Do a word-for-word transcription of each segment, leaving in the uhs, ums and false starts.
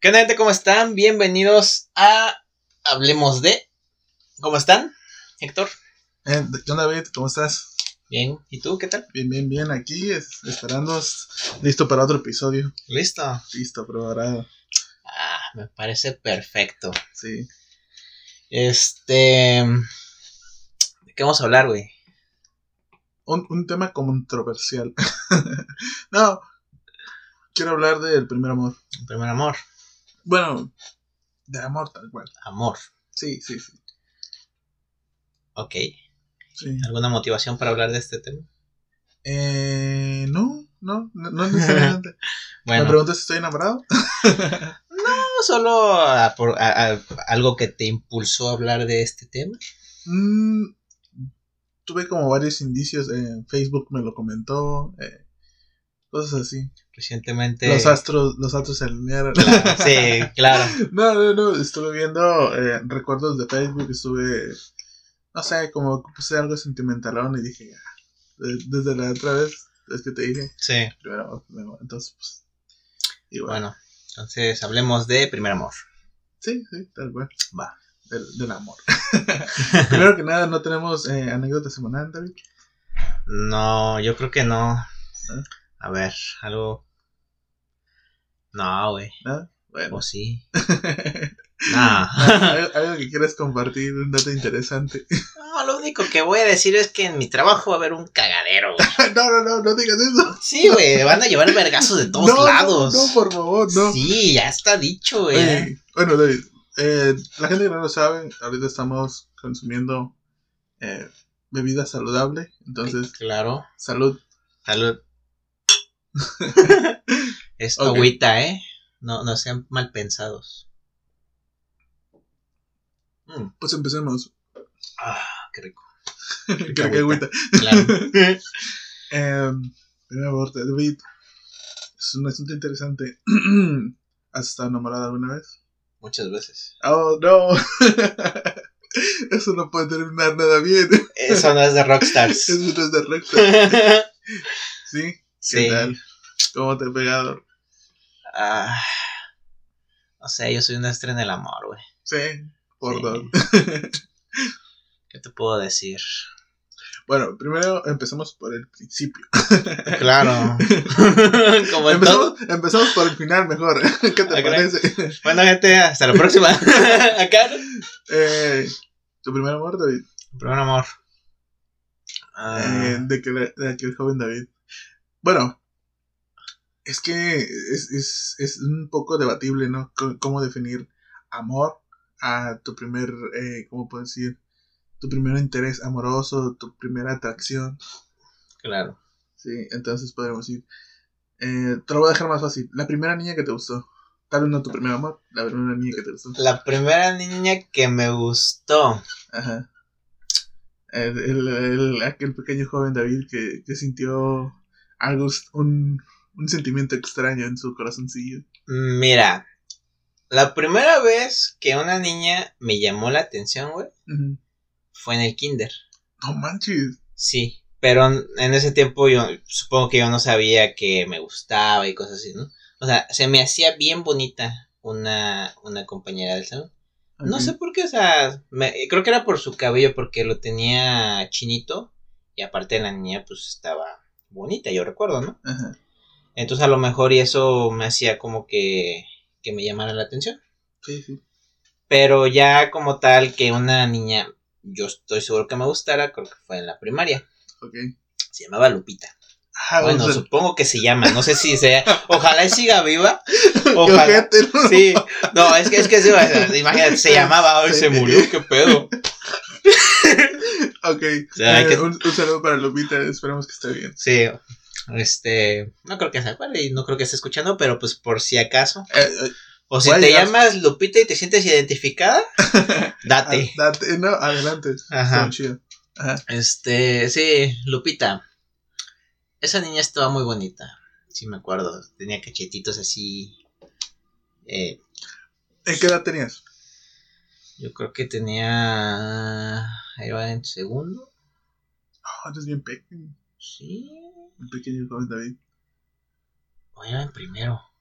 ¿Qué onda, gente? ¿Cómo están? Bienvenidos a Hablemos de... ¿Cómo están, Héctor? Eh, ¿Qué onda, David? ¿Cómo estás? Bien, ¿y tú qué tal? Bien, bien, bien, aquí es, esperando, listo para otro episodio. ¿Listo? Listo, preparado. Ah, me parece perfecto. Sí. Este... ¿De qué vamos a hablar, güey? Un, un tema controversial. No, quiero hablar del primer amor. El primer amor. Bueno, de amor tal cual. Amor. Sí, sí, sí. Ok. Sí. ¿Alguna motivación para hablar de este tema? Eh, no, no, no, no necesariamente. Bueno. ¿Me preguntas si estoy enamorado? No, solo a, por, a, a, algo que te impulsó a hablar de este tema. Mm, tuve como varios indicios. En Facebook me lo comentó. Eh, cosas así. Recientemente. Los astros, los astros se alinearon. Claro, sí, claro. No, no, no. Estuve viendo eh, recuerdos de Facebook. Estuve, no sé, como puse algo sentimentalón y dije, ya. Desde la otra vez, es que te dije. Sí. Primero, primero, entonces, pues. Y bueno. Bueno, entonces hablemos de primer amor. Sí, sí, tal cual. Va. Del, del amor. Primero que nada, no tenemos eh, anécdota semanal, David. No, yo creo que no. ¿No? A ver, algo. No, güey. ¿No? Bueno. ¿O sí? Nah. ¿Algo, algo que quieras compartir, un dato interesante. No, lo único que voy a decir es que en mi trabajo va a haber un cagadero, güey. No, no, no, no digas eso. Sí, güey, van a llevar vergazos de todos no, lados. No, no, por favor, no. Sí, ya está dicho, güey. Oye, bueno, David, eh, la gente que no lo sabe, ahorita estamos consumiendo eh, bebida saludable, entonces, claro. Salud. Salud. Es Okay. agüita, ¿eh? No, no sean mal pensados. Mm. Pues empecemos. Ah, qué rico. Qué agüita. Claro. eh, Primera parte, David, es un asunto interesante. ¿Has estado enamorada alguna vez? Muchas veces. Oh, no. Eso no puede terminar nada bien. Eso no es de Rockstars. Eso no es de Rockstars. ¿Sí? ¿Qué Sí. tal? ¿Cómo te he pegado? Ah, no sé, yo soy una estrella en el amor, güey. Sí, por sí. dos. ¿Qué te puedo decir? Bueno, primero empezamos por el principio. Claro. Como en empezamos, todo. empezamos por el final mejor. ¿Qué te Okay. parece? Bueno, gente, hasta la próxima. Acá. Eh, ¿Tu primer amor, David? Primer amor. Ah. Eh, de, que la, de aquel joven David. Bueno, es que es, es, es un poco debatible, ¿no? C- cómo definir amor a tu primer, eh, ¿cómo puedo decir? Tu primer interés amoroso, tu primera atracción. Claro. Sí, entonces podríamos decir, eh, te lo voy a dejar más fácil. La primera niña que te gustó. Tal vez no tu primer amor, la primera niña que te gustó. La primera niña que me gustó. Ajá. El, el, el, aquel pequeño joven David que, que sintió algo, un, un sentimiento extraño en su corazoncillo. Mira, la primera vez que una niña me llamó la atención, güey, uh-huh. fue en el kinder. No manches. Sí, pero en ese tiempo yo supongo que yo no sabía que me gustaba y cosas así, ¿no? O sea, se me hacía bien bonita una, una compañera del salón. Okay. No sé por qué, o sea, me, creo que era por su cabello, porque lo tenía chinito y aparte la niña pues estaba bonita, yo recuerdo, ¿no? Ajá. Entonces a lo mejor y eso me hacía como que, que me llamara la atención. Sí, sí. Pero ya como tal que una niña, yo estoy seguro que me gustara, creo que fue en la primaria. Ok. Se llamaba Lupita. Ah, bueno, o sea, supongo que se llama, no sé si sea, ojalá y siga viva. Ojalá. Ojete, ¿no? Sí, no, es que es que sí, imagínate, se llamaba hoy, sí. Se murió, qué pedo. Ok, o sea, eh, que... un, un saludo para Lupita, esperamos que esté bien. Sí, este, no creo que se acuerde y no creo que esté escuchando, pero pues por si acaso. Eh, eh, o si te llamas Lupita y te sientes identificada, date. Ah, date, no, adelante. Ajá. Chido. Ajá. Este, sí, Lupita. Esa niña estaba muy bonita, sí me acuerdo, tenía cachetitos así. Eh, ¿En qué edad tenías? Yo creo que tenía, ahí va en segundo. Oh, eres bien pequeño. Sí. Un pequeño joven David. O era en primero.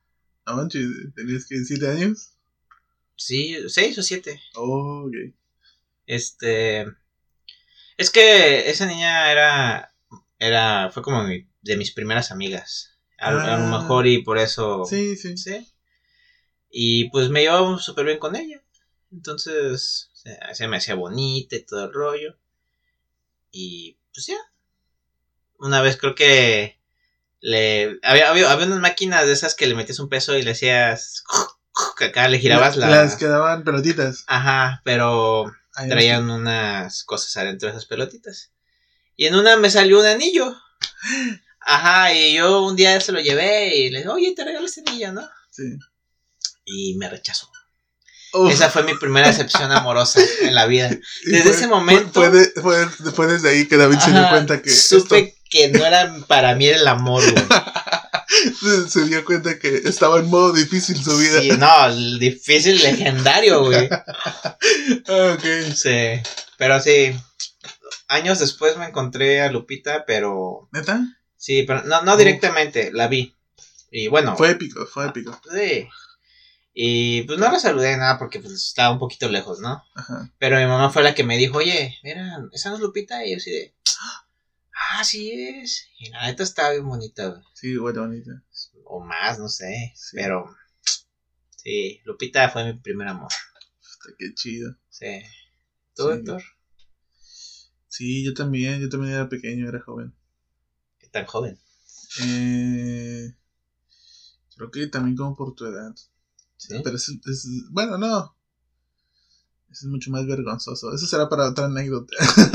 No manches, ¿tenías que siete años? Sí, seis o siete. Oh, ok. Este... Es que esa niña era... Era... Fue como mi, de mis primeras amigas. A, ah, a lo mejor y por eso... Sí, sí. Sí. Y pues me llevaba súper bien con ella. Entonces... Se, se me hacía bonita y todo el rollo. Y pues ya. Una vez creo que... Le, había, había, había unas máquinas de esas que le metías un peso y le hacías... Que acá le girabas la, la... Las que daban pelotitas. Ajá, pero Ay, traían no unas cosas adentro de esas pelotitas. Y en una me salió un anillo. Ajá, y yo un día se lo llevé y le dije, oye, te regalo este anillo, ¿no? Sí. Y me rechazó. Uf. Esa fue mi primera decepción amorosa en la vida. Desde fue, ese momento... Fue, fue, de, fue, fue desde ahí que David ajá, se dio cuenta que... Supe esto... que no era para mí el amor, güey. Se, se dio cuenta que estaba en modo difícil su vida. Sí, no, el difícil legendario, güey. Ok. Sí, pero sí. Años después me encontré a Lupita, pero... ¿Neta? Sí, pero no, no directamente, la vi. Y bueno... Fue épico, fue épico. Sí. Y pues no la saludé nada porque pues estaba un poquito lejos, ¿no? Ajá. Pero mi mamá fue la que me dijo, oye, mira, esa no es Lupita. Y yo así de... Ah, sí es. Y la neta estaba bien bonita, güey. Sí, bueno, bonita. O más, no sé. Sí. Pero... Sí, Lupita fue mi primer amor. Qué chido. Sí. ¿Tú, sí. Héctor? Sí, yo también, yo también era pequeño, era joven. ¿Qué tan joven? Eh, creo que también como por tu edad. ¿Sí? Pero es, es bueno, no. Eso es mucho más vergonzoso. Eso será para otra anécdota.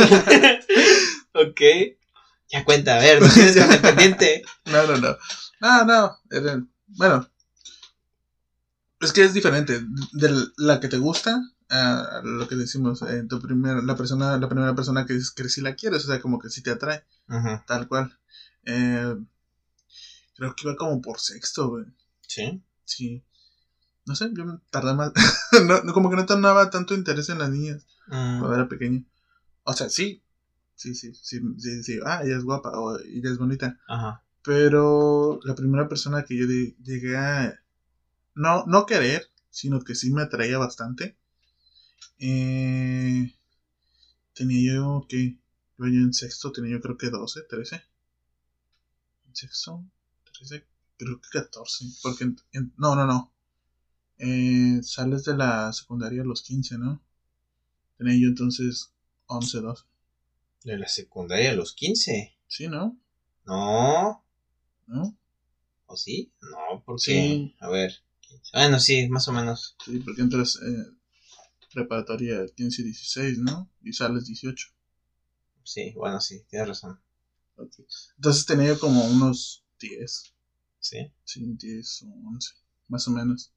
Ok. Ya cuenta, a ver, no tienes que estar pendiente. No, no, no. No, no. Era, bueno. Es que es diferente. De la que te gusta a lo que decimos. Eh, tu primer, la persona, la primera persona que dices que sí la quieres. O sea, como que sí te atrae. Uh-huh. Tal cual. Eh, creo que iba como por sexto, güey. ¿Sí? Sí. No sé, yo tardé más. no, no, como que no tomaba tanto interés en las niñas. Uh-huh. Cuando era pequeño. O sea, sí. Sí, sí, sí, sí, sí. Ah, ella es guapa o ella es bonita. Ajá. Pero la primera persona que yo de, llegué a no, no querer, sino que sí me atraía bastante. Eh, tenía yo, ¿qué? Yo en sexto tenía yo creo que doce, trece. En sexto, trece, creo que catorce. Porque, en, en, no, no, no. Eh, sales de la secundaria a los quince, ¿no? Tenía yo entonces once, doce. ¿De la secundaria a los quince? Sí, ¿no? No. ¿No? ¿O sí? No, porque... Sí. A ver. Bueno, sí, más o menos. Sí, porque entras eh, preparatoria quince y dieciséis, ¿no? Y sales dieciocho. Sí, bueno, sí, tienes razón. Okay. Entonces tenía yo como unos diez. ¿Sí? Sí, diez o once, más o menos.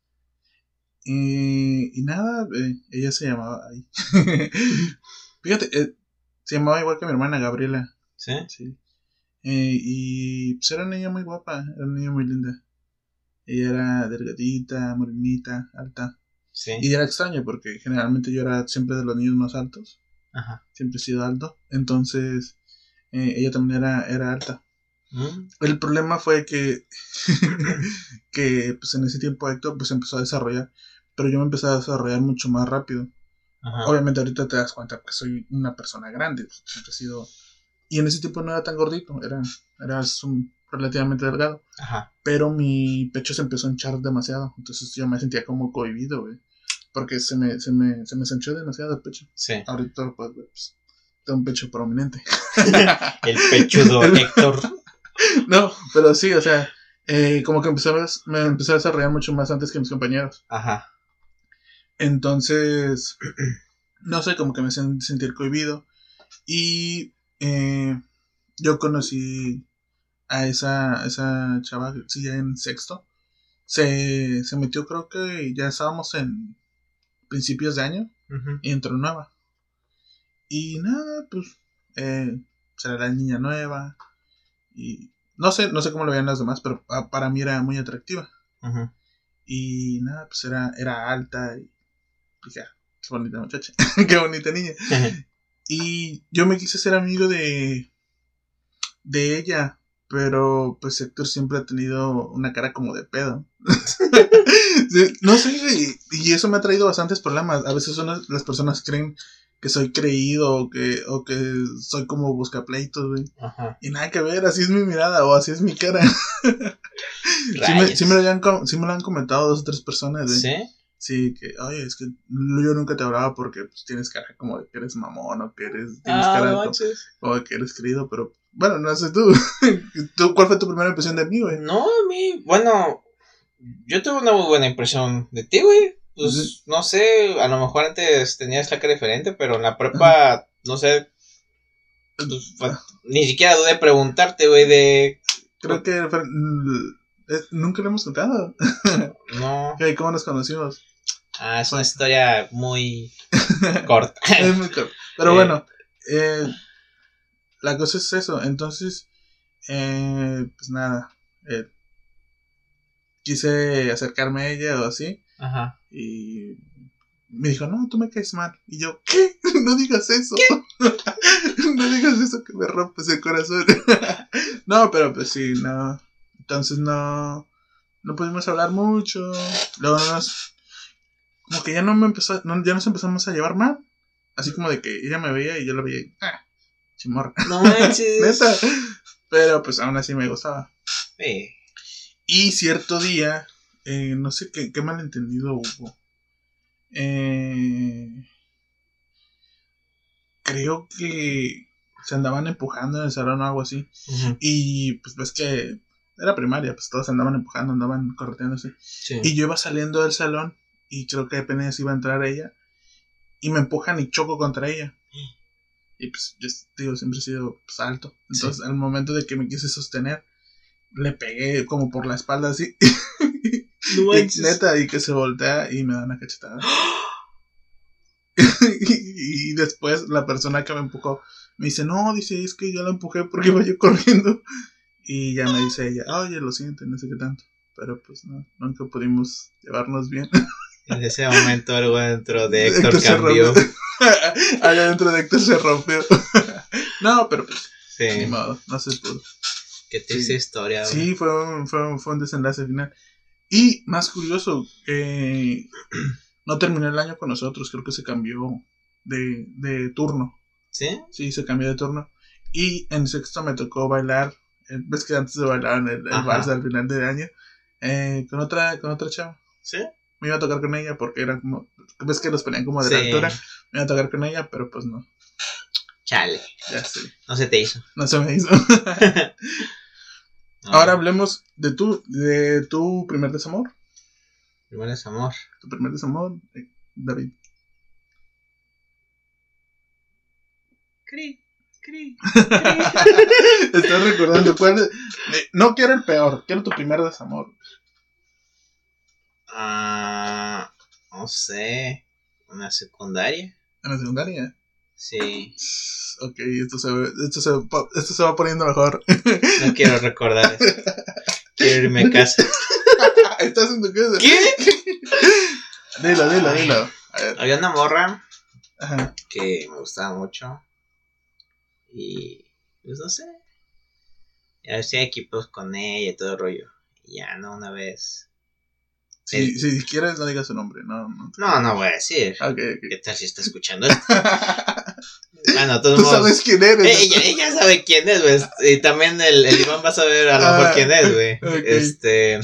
Y, y nada, eh, ella se llamaba ahí. Fíjate, eh, se llamaba igual que mi hermana, Gabriela. ¿Sí? Sí. Eh, y pues era una niña muy guapa, era una niña muy linda. Ella era delgadita, morenita, alta. Sí. Y era extraño porque generalmente yo era siempre de los niños más altos. Ajá. Siempre he sido alto. Entonces, eh, ella también era, era alta. ¿Mm? El problema fue que, que pues en ese tiempo Héctor pues empezó a desarrollar. Pero yo me empecé a desarrollar mucho más rápido. Ajá. Obviamente ahorita te das cuenta que soy una persona grande. Siempre he sido... Y en ese tiempo no era tan gordito. Era, era un, relativamente delgado. Ajá. Pero mi pecho se empezó a hinchar demasiado. Entonces yo me sentía como cohibido, güey. Porque se me, se me, se me hinchó demasiado el pecho. Sí. Ahorita pues, pues tengo un pecho prominente. El pechudo Héctor. No, pero sí, o sea, eh, como que empecé a, me empecé a desarrollar mucho más antes que mis compañeros. Ajá. Entonces, no sé, como que me sentí cohibido. Y eh, yo conocí a esa, esa chava, sí, en sexto. Se, se metió, creo que ya estábamos en principios de año. Uh-huh. Y entró nueva. Y nada, pues, eh, será la niña nueva. Y no sé, no sé cómo lo veían las demás, pero para mí era muy atractiva. Uh-huh. Y nada, pues era, era alta. Y dije, ah, qué bonita muchacha, qué bonita niña. Uh-huh. Y yo me quise ser amigo de, de ella, Pero pues Héctor siempre ha tenido una cara como de pedo. Sí, no sé, y, y eso me ha traído bastantes problemas. A veces una, las personas creen que soy creído o que, o que soy como buscapleitos, güey. Ajá. Y nada que ver, así es mi mirada o así es mi cara. sí, me, sí, me lo han, sí me lo han comentado dos o tres personas, güey. ¿Sí? Sí, que, oye, es que yo nunca te hablaba porque pues, tienes cara como de que eres mamón o que eres, tienes ah, cara no como, como de que eres querido, pero bueno, no sé tú. ¿Tú ¿Cuál fue tu primera impresión de mí, güey? No, a mí, bueno, yo tuve una muy buena impresión de ti, güey. Pues, ¿sí? No sé, a lo mejor antes tenías la cara diferente, pero en la prepa, uh-huh. no sé, pues, uh-huh. ni siquiera dudé preguntarte, güey, de... Creo que fue, es, nunca lo hemos contado. No. ¿Cómo nos conocimos? Ah, es una historia muy corta. Es muy corta. Pero eh. bueno, eh, la cosa es eso. Entonces, eh, pues nada. Eh, quise acercarme a ella o así. Ajá. Y me dijo, no, tú me caes mal. Y yo, ¿qué? No digas eso. No digas eso que me rompes el corazón. No, pero pues sí, no. Entonces no. No pudimos hablar mucho. Luego nos. Como que ya no me empezó. No, ya nos empezamos a llevar mal. Así como de que ella me veía y yo la veía. Y, ah, chimorra. No manches. Neta. Pero pues aún así me gustaba. Sí. Y cierto día. Eh, no sé qué, qué malentendido hubo. Eh, creo que se andaban empujando en el salón o algo así. Uh-huh. Y pues ves que era primaria, pues todos andaban empujando, andaban correteándose. Sí. Y yo iba saliendo del salón y creo que apenas iba a entrar ella. Y me empujan y choco contra ella. Y pues yo digo, siempre he sido pues, alto. Entonces sí. Al momento de que me quise sostener, le pegué como por la espalda así. No y neta, y que se voltea y me da una cachetada. y, y después la persona que me empujó me dice, no, dice, es que yo la empujé porque iba yo corriendo. Y ya me dice ella, oye, lo siento, no sé qué tanto. Pero pues no, nunca pudimos llevarnos bien. En ese momento algo dentro de Héctor, Héctor cambió. Algo dentro de Héctor se rompió. No, pero pues sí. Ni modo, no se pudo. Qué triste sí. historia. Sí, fue un, fue, un, fue un desenlace final. Y más curioso, eh, no terminó el año con nosotros, creo que se cambió de, de turno. ¿Sí? Sí, se cambió de turno. Y en sexto me tocó bailar, ves que antes de bailar el, el vals al final de año, eh, con otra con otra chava. ¿Sí? Me iba a tocar con ella porque eran como, ves que los ponían como de sí. la altura, me iba a tocar con ella, pero pues no. Chale. Ya sé. No se te hizo. No se me hizo. No. Ahora hablemos de tu, de tu primer desamor. Primer desamor. Tu primer desamor, eh, David. Cri, cri, cri. Estás recordando cuál. Eh, no quiero el peor, quiero tu primer desamor. Ah, uh, no sé. ¿Una secundaria? ¿En la secundaria? Sí. Ok, esto se, esto se, esto se va poniendo mejor. No quiero recordar eso. Quiero irme a casa. ¿Estás en tu casa? ¿Qué? Dilo, dilo, dilo. A ver. Había una morra. Ajá. Que me gustaba mucho. Y pues no sé. Ya hacía equipos con ella y todo el rollo. Y ya no, una vez. Si, el... si quieres, no digas su nombre. No, no, no, no voy a decir. Okay, okay. ¿Qué tal si está escuchando esto? Bueno, tú modos, sabes quién eres. Eh, ella, ella sabe quién es, güey. Y también el, el Iván va a saber a lo mejor ah, quién es, güey. Okay. Este.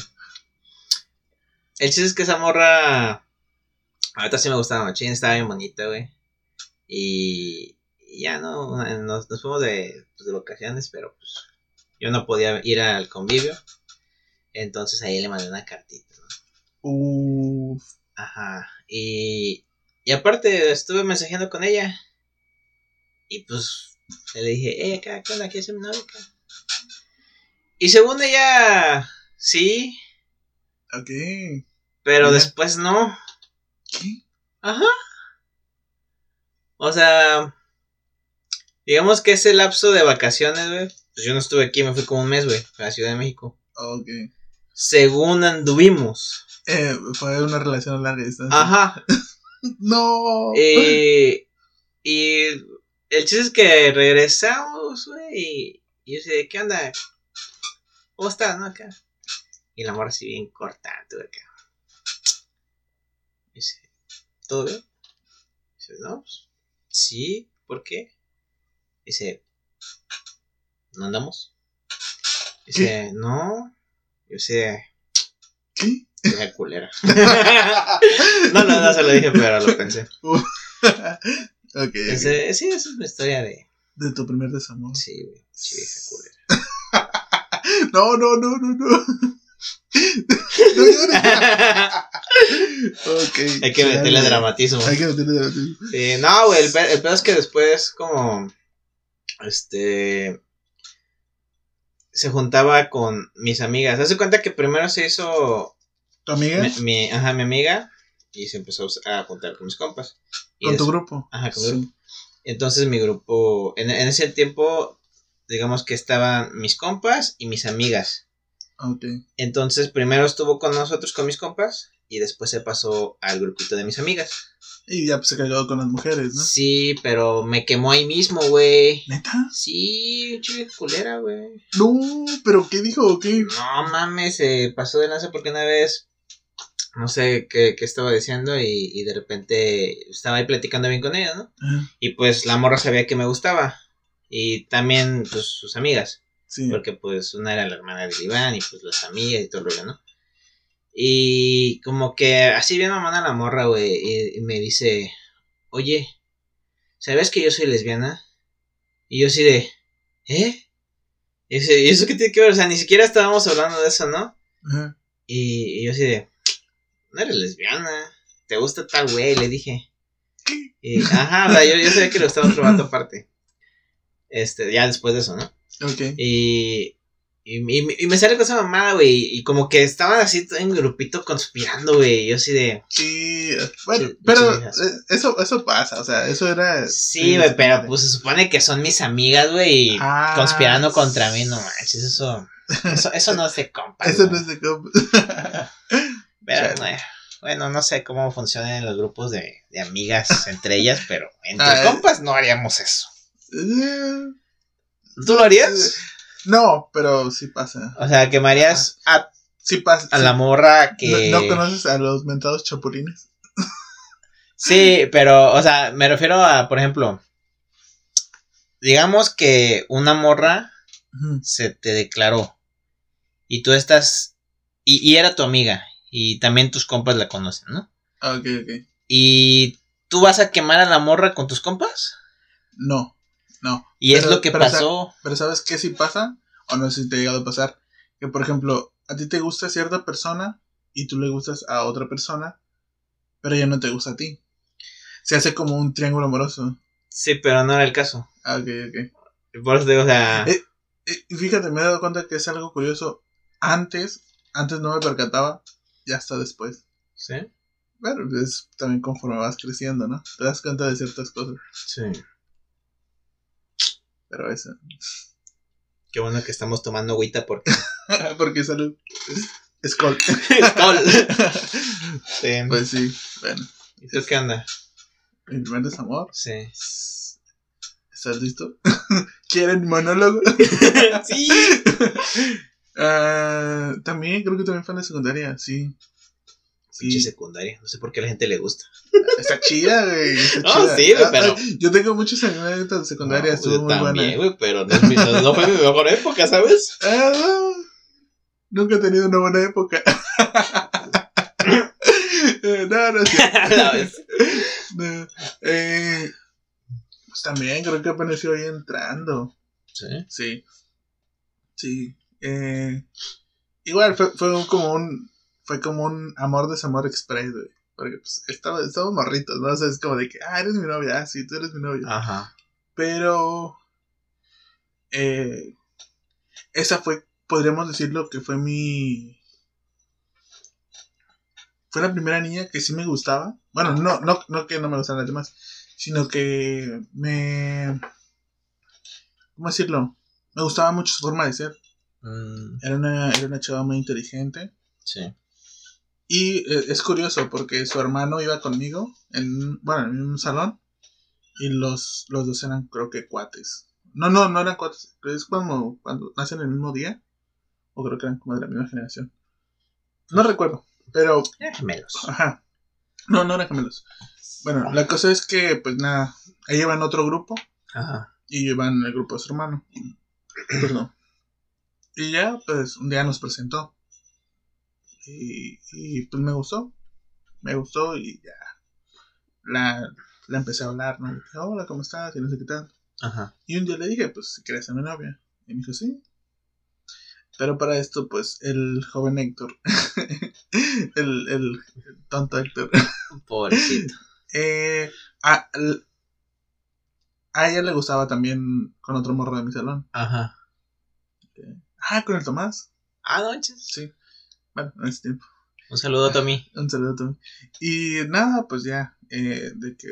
El chiste es que esa morra. Ahorita sí me gustaba machín, estaba bien bonita, güey. Y. Y ya no. Nos, nos fuimos de, pues, de vacaciones, pero pues. Yo no podía ir al convivio. Entonces ahí le mandé una cartita, ¿no? Uff. Ajá. Y. Y aparte estuve mensajeando con ella. Y pues le dije, eh, acá, ¿qué onda? ¿Quieres ser mi novia? Y según ella, sí. Ok. Pero ¿Mira? Después no. ¿Qué? Ajá. O sea, digamos que ese lapso de vacaciones, güey. Pues yo no estuve aquí, me fui como un mes, güey, a la Ciudad de México. Ok. Según anduvimos. Eh, fue una relación a larga distancia. Ajá. No. Eh, y el chiste es que regresamos, güey, y, y yo sé, ¿qué onda? ¿cómo estás, no? Acá. Y la morra así bien cortante, güey, acá. Dice, ¿todo bien? Dice, no, pues, sí, ¿por qué? Dice, ¿no andamos? Dice, ¿qué? No. Yo sé, ¿qué? Vieja culera. no, no, no se lo dije, pero lo pensé. Okay, Ese, okay. Sí, esa es una historia de... De tu primer desamor. Sí, güey, vieja culera. no, no, no, no, no. no llores. Okay. Hay que Chale. meterle dramatismo. Hay que meterle dramatismo. Sí, no, güey, el, pe- el pedo es que después como... Este... Se juntaba con mis amigas. Hace cuenta que primero se hizo... ¿Tu amiga? Mi, mi, ajá, mi amiga. Y se empezó a juntar con mis compas. Y ¿Con des- tu grupo? Ajá, con sí. mi grupo. Entonces mi grupo... En, en ese tiempo, digamos que estaban mis compas y mis amigas. Okay. Entonces primero estuvo con nosotros, con mis compas. Y después se pasó al grupito de mis amigas. Y ya pues, se cagó con las mujeres, ¿no? Sí, pero me quemó ahí mismo, güey. ¿Neta? Sí, chica culera, güey. No, pero ¿qué dijo o qué? No mames, se pasó de lanza porque una vez, no sé qué, qué estaba diciendo y, y de repente estaba ahí platicando bien con ella, ¿no? Ajá. Y pues la morra sabía que me gustaba. Y también, pues, sus amigas. Sí. Porque pues una era la hermana de Iván y pues las amigas y todo lo demás, ¿no? Y como que así bien mamona la morra, güey. Y, y me dice, oye, ¿sabes que yo soy lesbiana? Y yo así de, ¿eh? Y dice, ¿y eso qué tiene que ver? O sea, ni siquiera estábamos hablando de eso, ¿no? Ajá. Y, y yo así de, no eres lesbiana, te gusta tal güey, le dije. Y, ajá, o sea, yo, yo sabía que le gustaba otro vato aparte. Este, ya después de eso, ¿no? Ok. Y, y, y, y me sale con esa mamada, güey. Y como que estaban así en grupito conspirando, güey. Yo así de. Sí, bueno, Sí, pero chijas. eh, eso, eso pasa, o sea, eso era... Sí, güey, pero pues se supone que son mis amigas, güey. Y Ah, conspirando contra mí, no manches, eso. Eso, eso no es de compa. Eso güey. no es de compa. Pero, Chale. eh, bueno, no sé cómo funcionan los grupos de, de amigas entre ellas, pero entre Ah, compas no haríamos eso. Eh, ¿Tú lo harías? No, pero sí pasa. O sea, quemarías a, Sí pasa. a sí. la morra que... ¿No, ¿No conoces a los mentados chapulines? Sí, pero, o sea, me refiero a, por ejemplo, digamos que una morra Ujú. se te declaró y tú estás... Y, y era tu amiga y también tus compas la conocen, ¿no? Ah, ok, ok. ¿Y tú vas a quemar a la morra con tus compas? No, no. Y Pero- es lo que pero, pasó. Pero ¿sabes qué sí pasa? O no sé si te ha llegado a pasar. Que, por ejemplo, a ti te gusta cierta persona y tú le gustas a otra persona, pero ella no te gusta a ti. Se hace como un triángulo amoroso. Sí, pero no era el caso. Ah, ok, ok. Por eso te digo, o sea... Eh, eh, y fíjate, me he dado cuenta que es algo curioso. Antes, antes no me percataba, y hasta después. ¿Sí? Bueno, es también conforme vas creciendo, ¿no? Te das cuenta de ciertas cosas. Sí. Pero eso. Qué bueno que estamos tomando agüita porque... Porque salud. Es col. Skol. Sí. Pues sí, bueno. ¿Y tú qué onda? Mi primer desamor. Sí. ¿Estás listo? ¿Quieren monólogo? Sí. uh, también, creo que también fue en la secundaria, sí. Pinche Sí. secundaria. No sé por qué a la gente le gusta. Está chida, güey. Está No, chida. sí, güey, Ah, pero- ah, yo tengo muchas anécdotas de secundaria, No, estuvo yo muy también, buena. güey, pero no, es mi- no- no fue mi mejor época, ¿sabes? Ah, no. Nunca he tenido una buena época. Eh, no, no es cierto. La vez. No. Eh, pues también creo que apenas iba ahí entrando. Sí. Sí. Sí. Eh, igual fue, fue un- como un fue como un amor desamor express, güey. Porque pues estaba, estábamos morritos, ¿no? O sea, es como de que, ah, eres mi novia, ah, sí, tú eres mi novia. Ajá. Pero eh, esa fue, podríamos decirlo que fue mi fue la primera niña que sí me gustaba. Bueno, no, no, no que no me gustaran las demás, sino que me, ¿cómo decirlo? Me gustaba mucho su forma de ser. Mm, Era una, era una chava muy inteligente. sí. Y eh, es curioso porque su hermano iba conmigo en, bueno, en un salón. Y los, los dos eran, creo que, cuates. No, no, no eran cuates. Es cuando, cuando nacen el mismo día. o creo que eran como de la misma generación. No recuerdo, pero... Eran gemelos. Ajá. No, no eran gemelos. Bueno, la cosa es que, pues nada, ella iba en otro grupo. Ajá. Y yo iba en el grupo de su hermano. Perdón. Y ya, pues, un día nos presentó. Y, y pues me gustó. Me gustó y ya. La, la empecé a hablar, ¿no? Dije, hola, ¿cómo estás? Y no sé qué tal. Ajá. Y un día le dije, pues, si quieres ser mi novia. Y me dijo, sí. Pero para esto, pues, el joven Héctor, el, el, el tonto Héctor, pobrecito. eh, a, a ella le gustaba también con otro morro de mi salón. Ajá. Eh, ah, con el Tomás. Ah, no manches. Sí. Bueno, en ese tiempo. Un saludo a Tommy. Un saludo a Tommy. Y nada, pues ya, eh, de que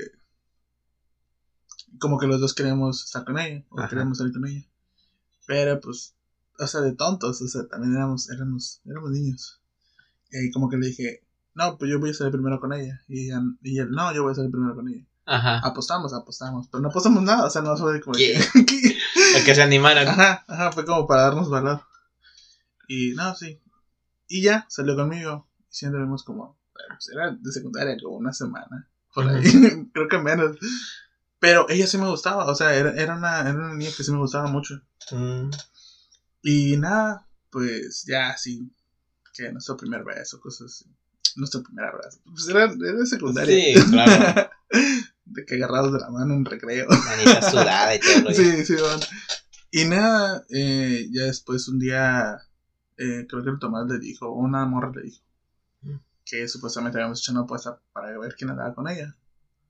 como que los dos queríamos estar con ella, o Ajá. queríamos salir con ella. Pero pues, o sea, de tontos, o sea, también éramos, éramos, éramos niños. Y como que le dije, no, pues yo voy a salir primero con ella. Y ella, y él, no, yo voy a salir primero con ella. Ajá. Apostamos, apostamos, pero no apostamos nada, o sea, no fue como ¿Qué? que, ¿qué? Para que se animaran. Ajá, ajá, fue como para darnos valor. Y no, sí. Y ya, salió conmigo. Y siempre vimos como, pues era de secundaria, como una semana. Por ahí, uh-huh. Creo que menos. Pero ella sí me gustaba, o sea, era, era, una, era una niña que sí me gustaba mucho. Mm. Y nada, pues ya así, que nuestro primer beso, cosas así. Nuestro primer abrazo. Pues era, era de secundaria. Sí, claro. De que agarrados de la mano en recreo. Manita sudada y todo. Sí, sí, bueno. Y nada, eh, ya después un día, eh, creo que el Tomás le dijo, una morra le dijo, mm. que supuestamente habíamos hecho una apuesta para ver quién andaba con ella.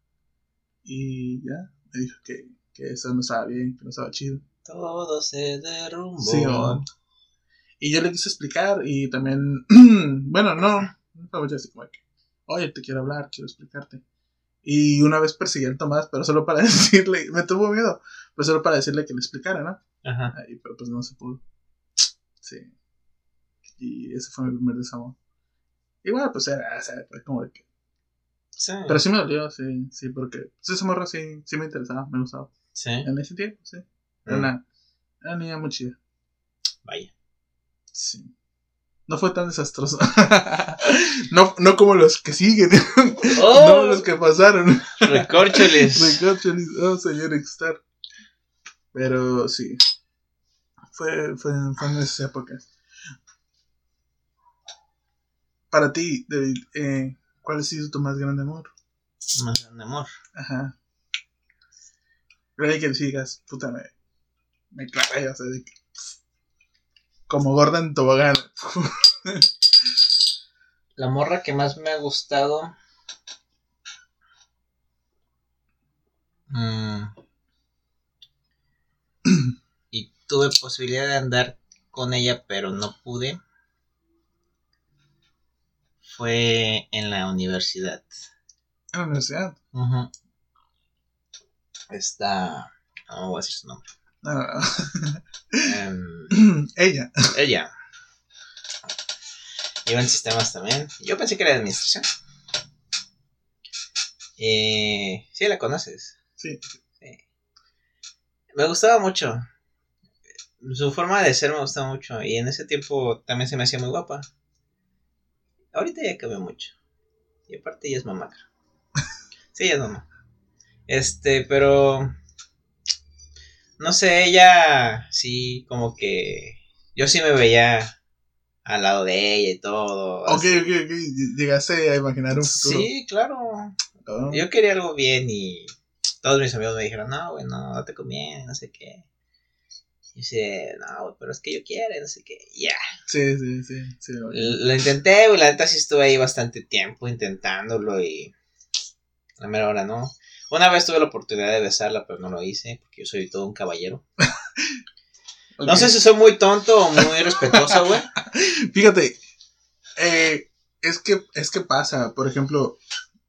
Y ya, me dijo que, que eso no estaba bien, que no estaba chido. Todo se derrumbó. Sí, bueno. Y yo le quise explicar y también, bueno, no, no fue así como que, oye, te quiero hablar, quiero explicarte. Y una vez perseguí al Tomás, pero solo para decirle, me tuvo miedo, pero solo para decirle que le explicara, ¿no? Ajá. Y, pero pues no se pudo. Sí. Y ese fue mi primer desamor. Igual, pues era, o sea, fue como de que... Sí. Pero sí me dolió, sí, sí, porque pues, ese morro sí, sí me interesaba, me gustaba. Sí. En ese tiempo, sí. Era mm. una, era una niña muy chida. Vaya. Sí. No fue tan desastroso. no, no como los que siguen. Oh, no los que pasaron. Recórcholes. Recórcholes. Oh, señor Extar. Pero sí. Fue, fue, fue en esas épocas. Para ti, David, eh, ¿cuál ha sido tu más grande amor? Más grande amor. Ajá. Pero hay que digas, puta, me, me clavé, o sea, de que, como gorda en tobogán. La morra que más me ha gustado. Mmm, y tuve posibilidad de andar con ella, pero no pude. Fue en la universidad. ¿En la universidad? Uh-huh. Está... No voy a decir su nombre. No, no, no. Um, ella. Ella. Iba en sistemas también. Yo pensé que era de administración. Eh, sí, la conoces. Sí. sí. Me gustaba mucho. Su forma de ser me gustaba mucho. Y en ese tiempo también se me hacía muy guapa. Ahorita ya cambió mucho. Y aparte ella es mamá. Sí, ella es mamá. Este, pero... No sé, ella sí, como que... Yo sí me veía al lado de ella y todo. Ok, así. ok, ok. Llegaste a imaginar un futuro. Sí, claro. Oh. Yo quería algo bien y todos mis amigos me dijeron, no, güey, no, no te conviene, no sé qué. Y dice, no, güey, pero es que yo quiero, no sé qué. Ya. Yeah. Sí, sí, sí. sí lo, lo intenté, güey, la neta sí estuve ahí bastante tiempo intentándolo y a la mera hora no. Una vez tuve la oportunidad de besarla, pero no lo hice porque yo soy todo un caballero. Okay. No sé si soy muy tonto o muy respetuoso, güey. Fíjate, eh, es que es que pasa, por ejemplo,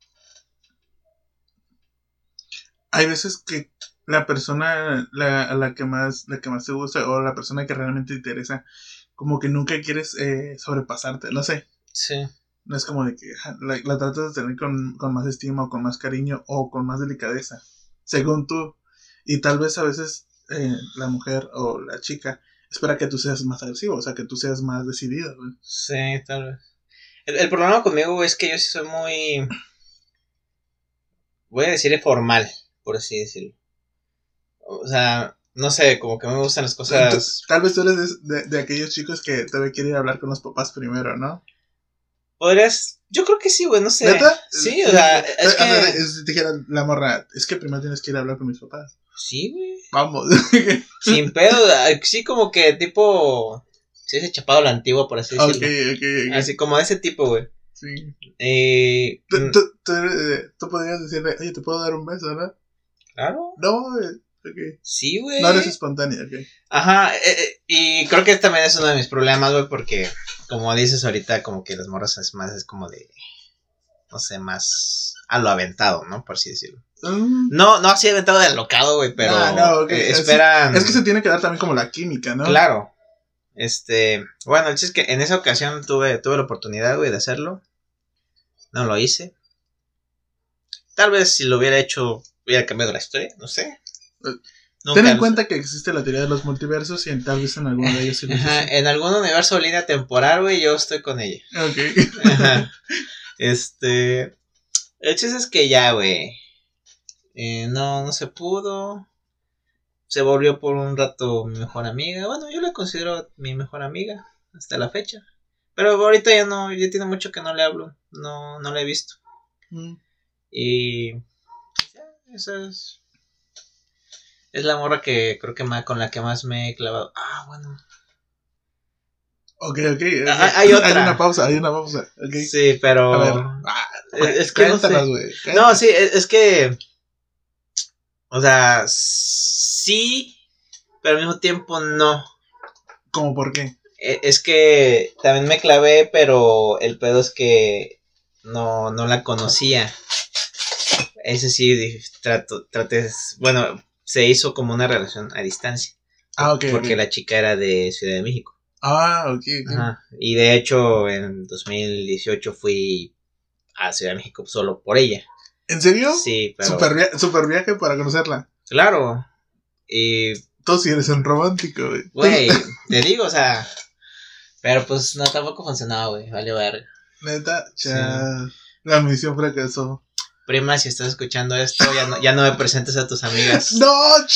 hay veces que la persona la, a la que más la que más te gusta o la persona que realmente te interesa, como que nunca quieres eh, sobrepasarte, no sé. Sí. No es como de que la, la tratas de tener con, con más estima o con más cariño o con más delicadeza, según tú. Y tal vez a veces eh, la mujer o la chica espera que tú seas más agresivo, o sea, que tú seas más decidido, güey. Sí, tal vez. El, el problema conmigo, güey, es que yo sí soy muy... Voy a decir formal, por así decirlo. O sea, no sé, como que me gustan las cosas... Tal vez tú eres de, de, de aquellos chicos que todavía quieren hablar con los papás primero, ¿no? Podrías... Yo creo que sí, güey, no sé. ¿Neta? Sí, o sea, es que... A ver, es, dijera la morra, es que primero tienes que ir a hablar con mis papás. Sí, güey. Vamos. Sin pedo, sí, como que tipo... Sí, ese chapado a la antigua, por así decirlo. Ok, ok, ok. Así como de ese tipo, güey. Sí. Eh, ¿Tú, tú, tú, tú podrías decirle, oye, ¿te puedo dar un beso, no? Claro. No, ok. Sí, güey. No eres espontánea, ok. Ajá, eh, eh, y creo que también es uno de mis problemas, güey, porque como dices ahorita, como que las morras es más, es como de, no sé, más a lo aventado, ¿no? Por así decirlo. Mm. No, no así aventado de alocado, güey, pero ah, no, okay. eh, esperan... Es, es que se tiene que dar también como la química, ¿no? Claro. Este, bueno, el chiste es que en esa ocasión tuve, tuve la oportunidad, güey, de hacerlo. No lo hice. Tal vez si lo hubiera hecho, hubiera cambiado la historia, no sé. Nunca Ten en cuenta sé. que existe la teoría de los multiversos y en, tal vez en alguno de ellos sí lo Ajá, en algún universo o línea temporal, güey, yo estoy con ella. Ok. Ajá. Este, el chiste es que ya, güey, eh, no, no se pudo. Se volvió por un rato mi mejor amiga. Bueno, yo la considero mi mejor amiga hasta la fecha. Pero ahorita ya no, ya tiene mucho que no le hablo. No, no la he visto. Mm. Y ya, esa es... Es la morra que creo que más, con la que más me he clavado. Ah, bueno. Ok, ok. Es, ah, hay otra. Hay una pausa, hay una pausa. Okay. Sí, pero... A ver. Ah, es, es que no sé. No, sí, es, es que... O sea, sí, pero al mismo tiempo no. ¿Cómo por qué? Es que también me clavé, pero el pedo es que no, no la conocía. Ese sí, trato, traté, bueno, se hizo como una relación a distancia. Ah, ok. Porque okay. la chica era de Ciudad de México. Ah, ok, ok. Ajá. Y de hecho, en dos mil dieciocho fui a Ciudad de México solo por ella. ¿En serio? Sí, pero... Super, via- super viaje para conocerla. Claro. Y... Tú sí eres un romántico, güey. Güey, te digo, o sea... Pero pues no, tampoco funcionaba, güey. Vale, ver. Neta, ya... Sí. La misión fracasó. Prima, si estás escuchando esto, ya no, ya no me presentes a tus amigas. ¡No!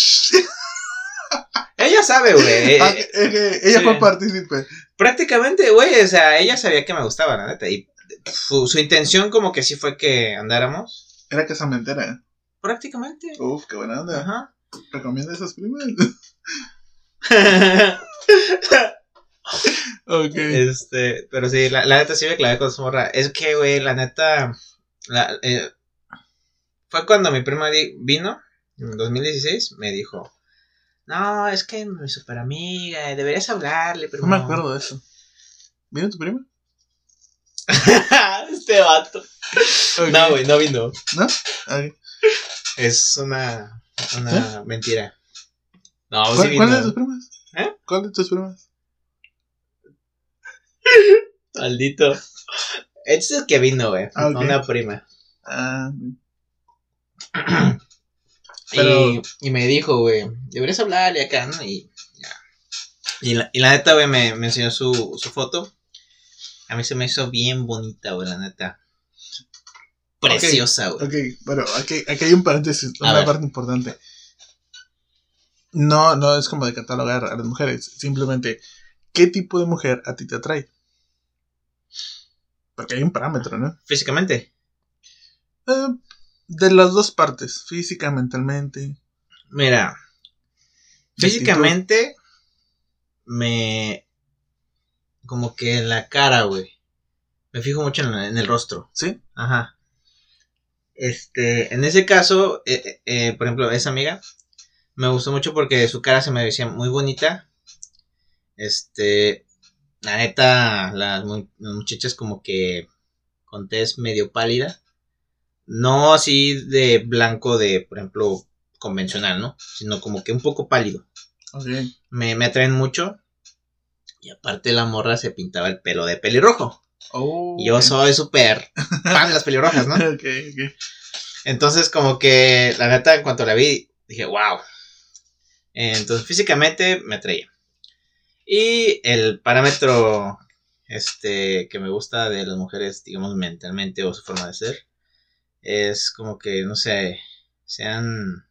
Ella sabe, güey. Ah, eh, eh, ella sí. fue partícipe. Prácticamente, güey, o sea, ella sabía que me gustaba, la neta. Y su, su intención como que sí fue que andáramos. Era casamentera. Prácticamente. Uf, qué buena onda. Ajá. ¿Recomienda esas primas? Ok. Este, pero sí, la, la neta sí me clavé con su morra. Es que, güey, la neta... La, eh, fue cuando mi prima di, vino, en dos mil dieciséis, me dijo... No, es que mi super amiga, deberías hablarle, pero no me acuerdo de eso. ¿Vino tu prima? Este vato. Okay. No, güey, no vino. ¿No? Okay. Es una, una ¿Eh? mentira. No, ¿Cuál, sí vino. ¿Cuál de tus primas? ¿Eh? ¿Cuál de tus primas? Maldito. Este es el que vino, güey. Ah, okay. Una prima. Ah. Pero... Y, y me dijo, güey, deberías hablarle acá, ¿no? Y ya. Y la, y la neta, güey, me, me enseñó su, su foto. A mí se me hizo bien bonita, güey, la neta. Preciosa, güey. Okay, ok, bueno, aquí, aquí hay un paréntesis, una a parte ver. importante. No, no es como de catalogar a las mujeres. Simplemente, ¿qué tipo de mujer a ti te atrae? Porque hay un parámetro, ¿no? Físicamente. Eh... De las dos partes, física, mentalmente. Mira, físicamente me... Como que en la cara, güey. Me fijo mucho en, en el rostro. ¿Sí? Ajá. Este, en ese caso, eh, eh, por ejemplo, esa amiga me gustó mucho porque su cara se me decía muy bonita. Este, la neta, las, las muchachas como que con tez medio pálida. No así de blanco de, por ejemplo, convencional, ¿no? Sino como que un poco pálido. Okay. Me, me atraen mucho. Y aparte la morra se pintaba el pelo de pelirrojo. Oh, y yo okay. soy súper fan de las pelirrojas, ¿no? Okay, okay. Entonces como que la neta en cuanto la vi dije, wow. Entonces físicamente me atraía. Y el parámetro este que me gusta de las mujeres, digamos, mentalmente o su forma de ser, es como que, no sé, sean,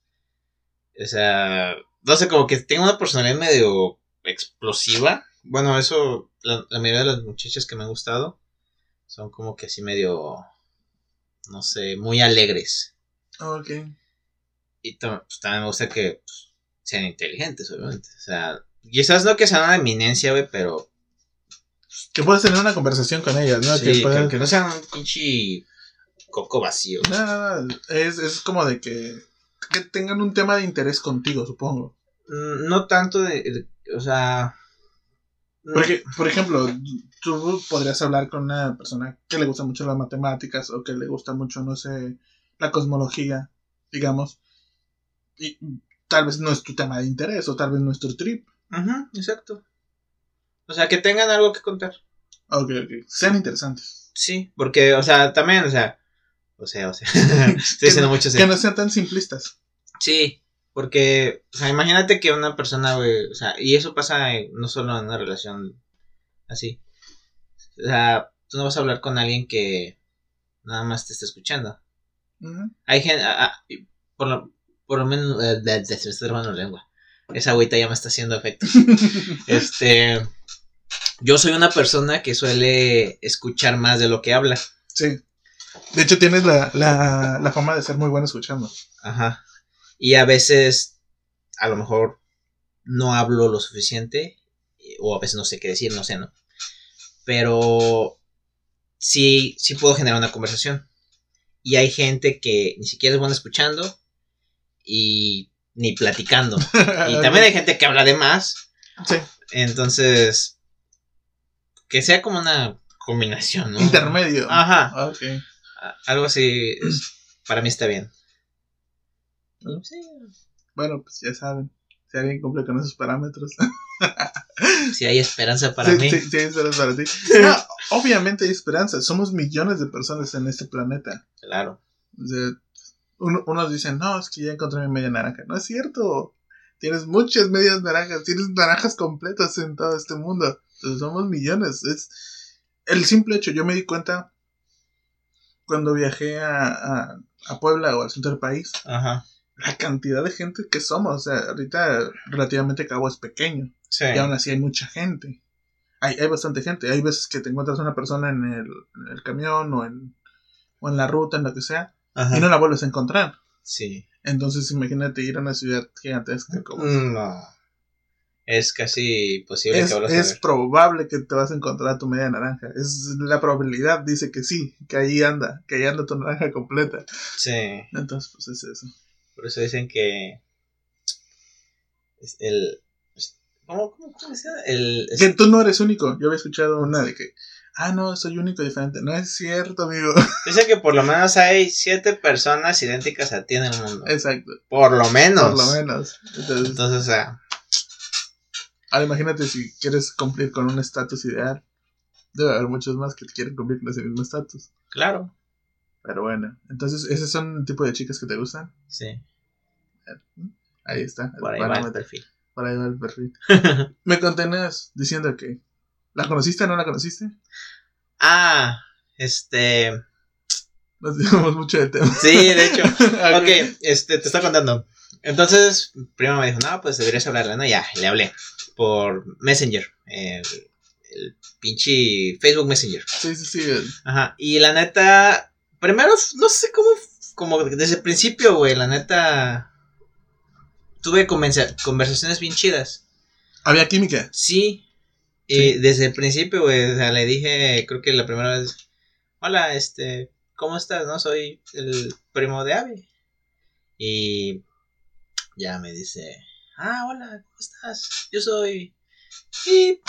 o sea, no sé, como que tengan una personalidad medio explosiva. Bueno, eso, la, la mayoría de las muchachas que me han gustado son como que así medio, no sé, muy alegres. Ok. Y to- pues, también me gusta que pues, sean inteligentes, obviamente. O sea, quizás no que sean una eminencia, güey, pero Que puedas tener una conversación con ellas, ¿no? sí, Que que, puedas... que no sean un pinche coco vacío. No, no, no, es, es como de que, que tengan un tema de interés contigo, supongo. Mm, No tanto de, de- o sea, mm, Porque, por ejemplo, tú podrías hablar con una persona que le gusta mucho las matemáticas o que le gusta mucho, no sé, la cosmología, digamos, y tal vez no es tu tema de interés o tal vez no es tu trip. ujú, exacto. O sea, que tengan algo que contar. Ok, ok, sean interesantes. Sí, porque, o sea, también, o sea, o sea, o sea, estoy que, diciendo no, mucho, sí. que no sean tan simplistas. Sí, porque, o sea, imagínate que una persona, güey, o sea, y eso pasa en- no solo en una relación así. O sea, tú no vas a hablar con alguien que nada más te está escuchando. Uh-huh. Hay gente, por lo, por lo menos, eh, de, de, se me está trabando la lengua. Esa agüita ya me está haciendo efecto. Este, yo soy una persona que suele escuchar más de lo que habla. Sí. De hecho, tienes la, la, la fama de ser muy bueno escuchando. Ajá. Y a veces, a lo mejor, no hablo lo suficiente. O a veces no sé qué decir, no sé, ¿no? Pero sí, sí puedo generar una conversación. Y hay gente que ni siquiera es buena escuchando y ni platicando. Y también hay gente que habla de más. Sí. Entonces, que sea como una combinación, ¿no? Intermedio. Ajá. Ok. Algo así, es, para mí está bien. Sí. Bueno, pues ya saben. Si alguien cumple con esos parámetros. Si hay esperanza para sí, mí. Sí, sí, hay esperanza para ti. No, obviamente hay esperanza. Somos millones de personas en este planeta. Claro. O sea, uno, unos dicen, no, es que ya encontré mi media naranja. No es cierto. Tienes muchas medias naranjas. Tienes naranjas completas en todo este mundo. Entonces somos millones. Es el simple hecho. Yo me di cuenta cuando viajé a, a, a Puebla o al centro del país. Ajá. La cantidad de gente que somos. O sea, ahorita relativamente Cabo es pequeño. Sí. Y aún así hay mucha gente. Hay, hay bastante gente. Hay veces que te encuentras una persona en el, en el camión o en, o en la ruta, en lo que sea, Ajá. y no la vuelves a encontrar. Sí. Entonces imagínate ir a una ciudad gigantesca como No. Es casi posible es, que vuelvas es a ver. probable que te vas a encontrar tu media naranja. Es la probabilidad dice que sí, que ahí anda, que ahí anda tu naranja completa. Sí. Entonces, pues es eso. Por eso dicen que es el ¿Cómo, cómo, cómo se llama? El, es... Que tú no eres único. Yo había escuchado una de que, ah, no, soy único y diferente. No es cierto, amigo. Dice que por lo menos hay siete personas idénticas a ti en el mundo. Exacto. Por lo menos. Por lo menos. Entonces, Entonces o sea. Ahora imagínate si quieres cumplir con un estatus ideal. Debe haber muchos más que quieren cumplir con ese mismo estatus. Claro. Pero bueno, entonces, ¿esos son el tipo de chicas que te gustan? Sí. Ahí está. Por ahí va el perfil. Por ahí va el perfil. Me contenías diciendo que ¿la conociste o no la conociste? Ah, este... Nos digamos mucho del tema. Sí, de hecho. Ok, este, te estoy contando. Entonces, prima me dijo, no, pues deberías hablarle, ¿no? Ya, le hablé por Messenger. El, el pinche Facebook Messenger. Sí, sí, sí. El... Ajá, y la neta, primero, no sé cómo, como desde el principio, güey, la neta, tuve conversaciones bien chidas. ¿Había química? Sí, y sí. Desde el principio, güey, o sea, le dije, creo que la primera vez, hola, este, ¿cómo estás? No, soy el primo de Abby. Y ya me dice, ah, hola, ¿cómo estás? Yo soy... Y,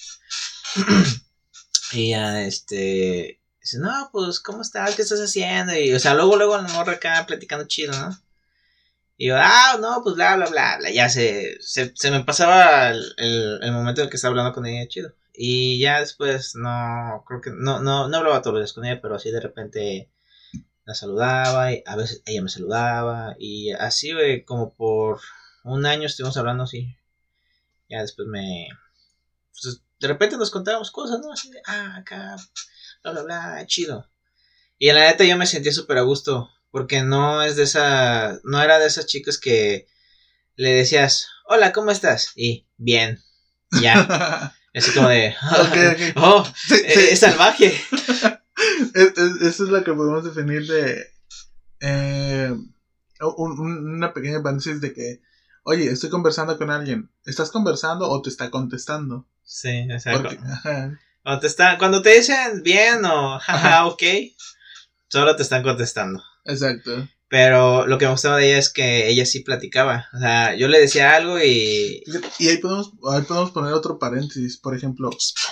y ya, este... Dice, no, pues, ¿cómo estás? ¿Qué estás haciendo? Y, o sea, luego, luego, a la morra acá platicando chido, ¿no? Y yo, ah, no, pues, bla, bla, bla, bla. Ya se, se, se me pasaba el, el, el momento en el que estaba hablando con ella chido. Y ya después, no, creo que, no, no, no hablaba todos los días con ella, pero así de repente la saludaba y a veces ella me saludaba. Y así, güey, como por un año estuvimos hablando así. Ya después me, pues, de repente nos contábamos cosas, ¿no? Así de, ah, acá, bla, bla, bla, chido. Y en la neta yo me sentía súper a gusto, porque no es de esa, no era de esas chicas que le decías, hola, ¿cómo estás? Y, bien, ya. Así como de, okay, okay. oh, sí, eh, sí. es salvaje. es, es, eso es lo que podemos definir de eh, un, un, una pequeña paréntesis de que, oye, estoy conversando con alguien. ¿Estás conversando o te está contestando? Sí, o sea, Porque, ajá. Cuando te, están, cuando te dicen bien o jaja, ok, solo te están contestando. Exacto. Pero lo que me gustaba de ella es que ella sí platicaba. O sea, yo le decía algo y... Y ahí podemos, ahí podemos poner otro paréntesis. Por ejemplo...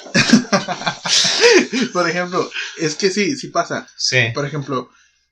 Por ejemplo, es que sí, sí pasa. Sí. Por ejemplo,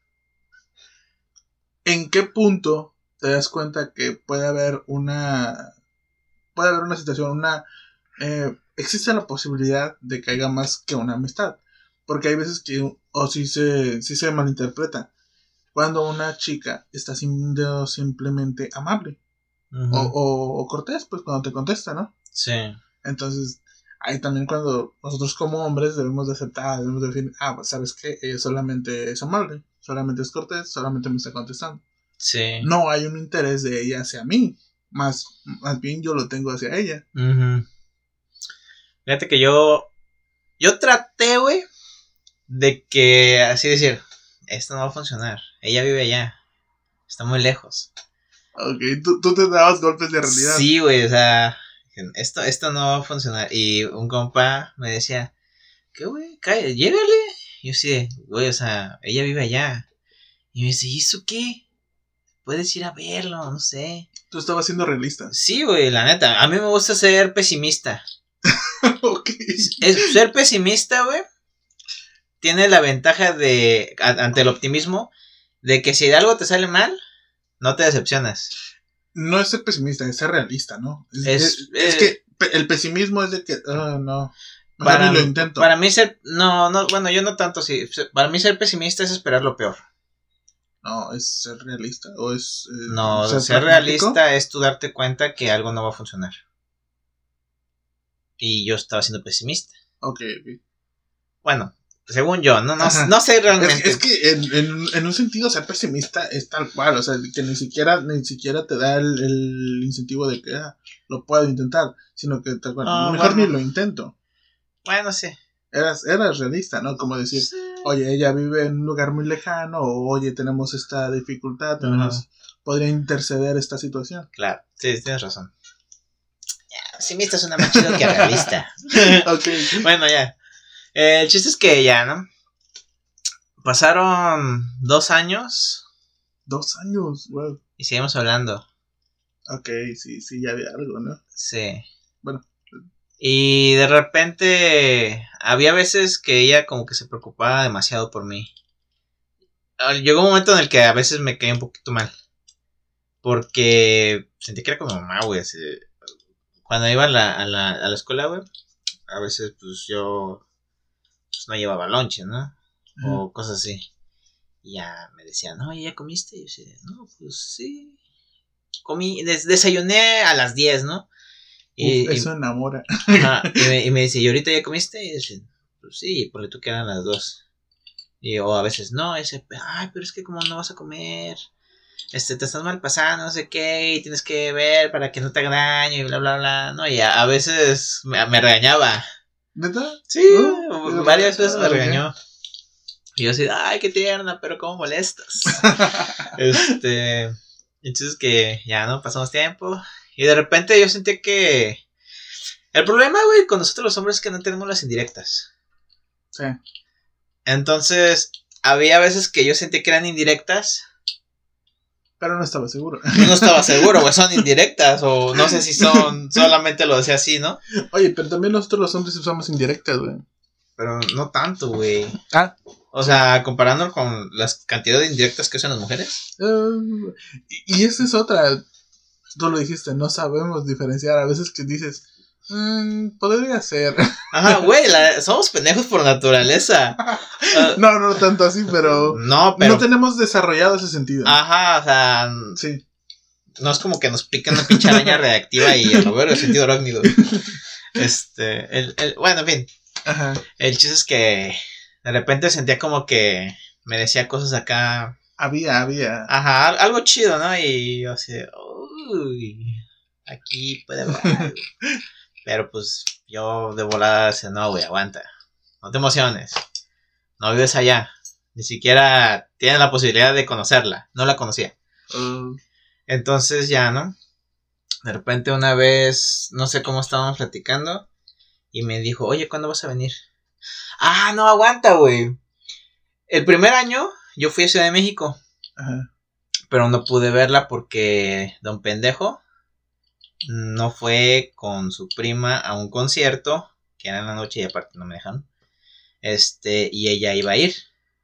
¿en qué punto te das cuenta que puede haber una... Puede haber una situación, una... Eh, existe la posibilidad de que haya más que una amistad. Porque hay veces que... O si se, si se malinterpreta. Cuando una chica está siendo simplemente amable. Uh-huh. O, o, o cortés, pues cuando te contesta, ¿no? Sí. Entonces, ahí también cuando nosotros como hombres debemos de aceptar, debemos de decir, ah, pues sabes qué, ella solamente es amable, solamente es cortés, solamente me está contestando. Sí. No hay un interés de ella hacia mí, más, más bien yo lo tengo hacia ella. Uh-huh. Fíjate que yo, yo traté, güey, de que, así decir, esto no va a funcionar. Ella vive allá. Está muy lejos. Ok, tú, tú te dabas golpes de realidad. Sí, güey, o sea, esto, esto no va a funcionar. Y un compa me decía, ¿qué, güey? Cállate, llégale. Y yo sí, güey, o sea, ella vive allá. Y me dice, ¿y eso qué? Puedes ir a verlo, no sé. Tú estabas siendo realista. Sí, güey, la neta. A mí me gusta ser pesimista. Ok. Es, ser pesimista, güey, tiene la ventaja de, ante el optimismo, de que si de algo te sale mal, no te decepcionas. No es ser pesimista, es ser realista, ¿no? Es, es, es, es que el pesimismo es de que, oh, no, mejor para, ni lo intento. Para mí ser, no, no, bueno, yo no tanto, sí, para mí ser pesimista es esperar lo peor. No, es ser realista, o es... Eh, no, ser, ser realista es tú darte cuenta que algo no va a funcionar. Y yo estaba siendo pesimista. Ok, ok. Bueno, según yo, no, no, no sé realmente. Es, es que en, en, en un sentido ser pesimista es tal cual, o sea, que ni siquiera ni siquiera te da el, el incentivo de que ah, lo puedo intentar, sino que tal cual, oh, mejor bueno. ni lo intento. Bueno, sí. Eras, eras realista, ¿no? Como decir, sí. Oye, ella vive en un lugar muy lejano, o oye, tenemos esta dificultad, tenemos, uh-huh. podría interceder esta situación. Claro, sí, tienes razón. Ya, pesimista suena más chido que realista. Okay. Bueno, ya. Eh, el chiste es que ya, ¿no? Pasaron dos años. Dos años, wow. Y seguimos hablando. Ok, sí, sí, ya había algo, ¿no? Sí. Bueno. Y de repente había veces que ella como que se preocupaba demasiado por mí. Llegó un momento en el que a veces me caía un poquito mal. Porque sentí que era como mamá, güey. Cuando iba a la, a la, a la escuela, güey, a veces pues yo... pues no llevaba lonche, ¿no? Uh-huh. O cosas así. Y ya me decían, no, ¿ya comiste? Y yo decía, no, pues sí. Comí, des- desayuné a las diez, ¿no? Y, Uf, eso y, enamora. Ajá, y, me, y me dice, ¿y ahorita ya comiste? Y yo decía, pues sí, ponle tú que eran las dos. Y o a veces, no, y dice, ay, pero es que como no vas a comer, este, te estás mal pasando, no sé qué, y tienes que ver para que no te haga daño, y bla, bla, bla, ¿no? Y a, a veces me, me regañaba. ¿Neta? Sí, ¿no? Varias veces me regañó. Y yo así, ay, qué tierna, pero cómo molestas. este, entonces que ya, ¿no? Pasamos tiempo. Y de repente yo sentí que... El problema, güey, con nosotros los hombres es que no tenemos las indirectas. Sí. Entonces, había veces que yo sentí que eran indirectas. Pero no estaba seguro. No estaba seguro, güey, son indirectas. O no sé si son, solamente lo decía así, ¿no? Oye, pero también nosotros los hombres usamos indirectas, güey. Pero no tanto, güey. Ah. O sea, comparando con las cantidades de indirectas que usan las mujeres. Uh, y, y esa es otra. Tú lo dijiste, no sabemos diferenciar. A veces que dices, mmm, podría ser. Ajá, güey, la, somos pendejos por naturaleza. Uh, no, no tanto así, pero no, pero no tenemos desarrollado ese sentido. Ajá, o sea, sí. No es como que nos piquen una pinche araña reactiva y a lo ver el sentido arácnido. Este, el, el, bueno, en fin. Ajá. El chiste es que de repente sentía como que me decía cosas acá. Había, había. Ajá, algo chido, ¿no? Y yo así, uy, aquí puede haber algo. Pero pues yo de volada decía, no, güey, aguanta. No te emociones. No vives allá. Ni siquiera tienes la posibilidad de conocerla. No la conocía. Uh, Entonces ya, ¿no? De repente una vez, no sé cómo estábamos platicando. Y me dijo, oye, ¿cuándo vas a venir? Ah, no, aguanta, güey. El primer año yo fui a Ciudad de México. Ajá. Pero no pude verla porque Don Pendejo no fue con su prima a un concierto, que era en la noche y aparte no me dejaron. Este, y ella iba a ir.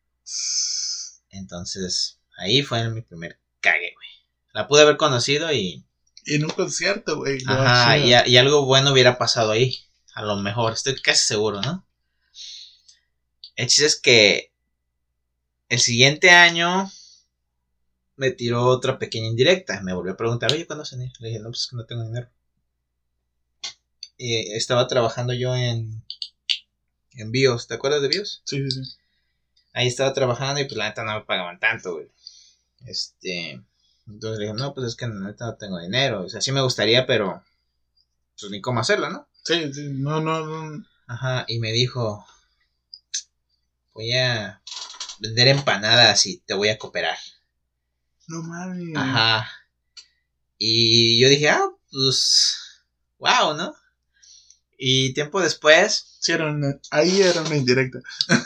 Entonces, ahí fue mi primer cague, güey. La pude haber conocido y... Y en un concierto, güey. Ajá, y, y algo bueno hubiera pasado ahí. A lo mejor, estoy casi seguro, ¿no? El chiste es que el siguiente año me tiró otra pequeña indirecta. Me volvió a preguntar, oye, ¿cuándo vas a venir? Le dije, no, pues es que no tengo dinero. Y estaba trabajando yo en... En BIOS, ¿te acuerdas de BIOS? Sí, sí, sí. Ahí estaba trabajando y pues la neta no me pagaban tanto, güey. Este... Entonces le dije, no, pues es que la neta no tengo dinero. O sea, sí me gustaría, pero... Pues ni cómo hacerlo, ¿no? Sí, sí, no, no, no. Ajá, y me dijo... Voy a vender empanadas y te voy a cooperar. No mames. Ajá. Y yo dije, ah, pues... Wow, ¿no? Y tiempo después... Sí, era una, ahí era una indirecta.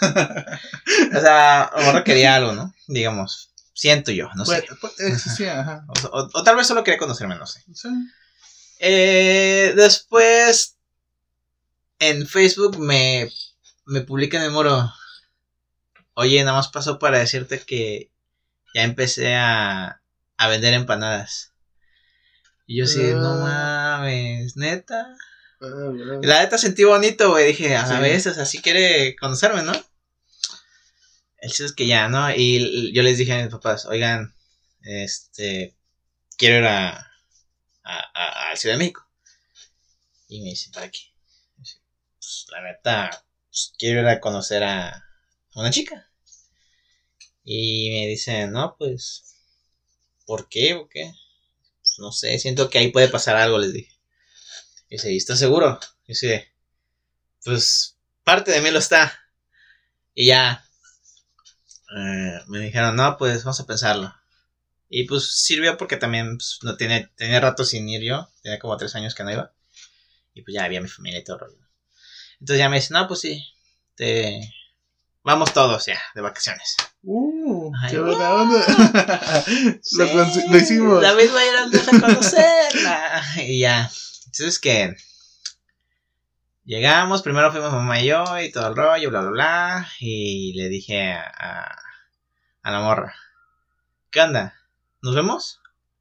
O sea, ahora quería algo, ¿no? Digamos, siento yo, no pues, sé. Pues, existía, ajá. O, o, o tal vez solo quería conocerme, no sé. Sí. Eh, después, en Facebook me, me publican el muro. Oye, nada más pasó para decirte que ya empecé a, a vender empanadas. Y yo así, uh, no mames, neta. Uh, uh. La neta sentí bonito, güey. Dije, a sí. veces así quiere conocerme, ¿no? El chiste es que ya, ¿no? Y yo les dije a mis papás, oigan, este, quiero ir a, a, a, a Ciudad de México. Y me dicen, ¿para qué? Pues la neta, pues, quiero ir a conocer a una chica. Y me dicen, no, pues, ¿por qué? ¿Por qué? Pues no sé, siento que ahí puede pasar algo, les dije. Y dice, ¿estás seguro? Y dice, pues, parte de mí lo está. Y ya, eh, me dijeron, no, pues, vamos a pensarlo. Y pues sirvió porque también pues, no tenía, tenía rato sin ir yo, tenía como tres años que no iba. Y pues ya había mi familia y todo el rollo. Entonces ya me dicen, no, pues sí, te... vamos todos ya, de vacaciones. Uh, Ay, qué buena uh, onda. Sí, lo, lo hicimos. David va a ir al D F a conocerla. Y ya, entonces que llegamos, primero fuimos mamá y yo y todo el rollo, bla, bla, bla. Y le dije a, a, a la morra, ¿qué onda? ¿Nos vemos?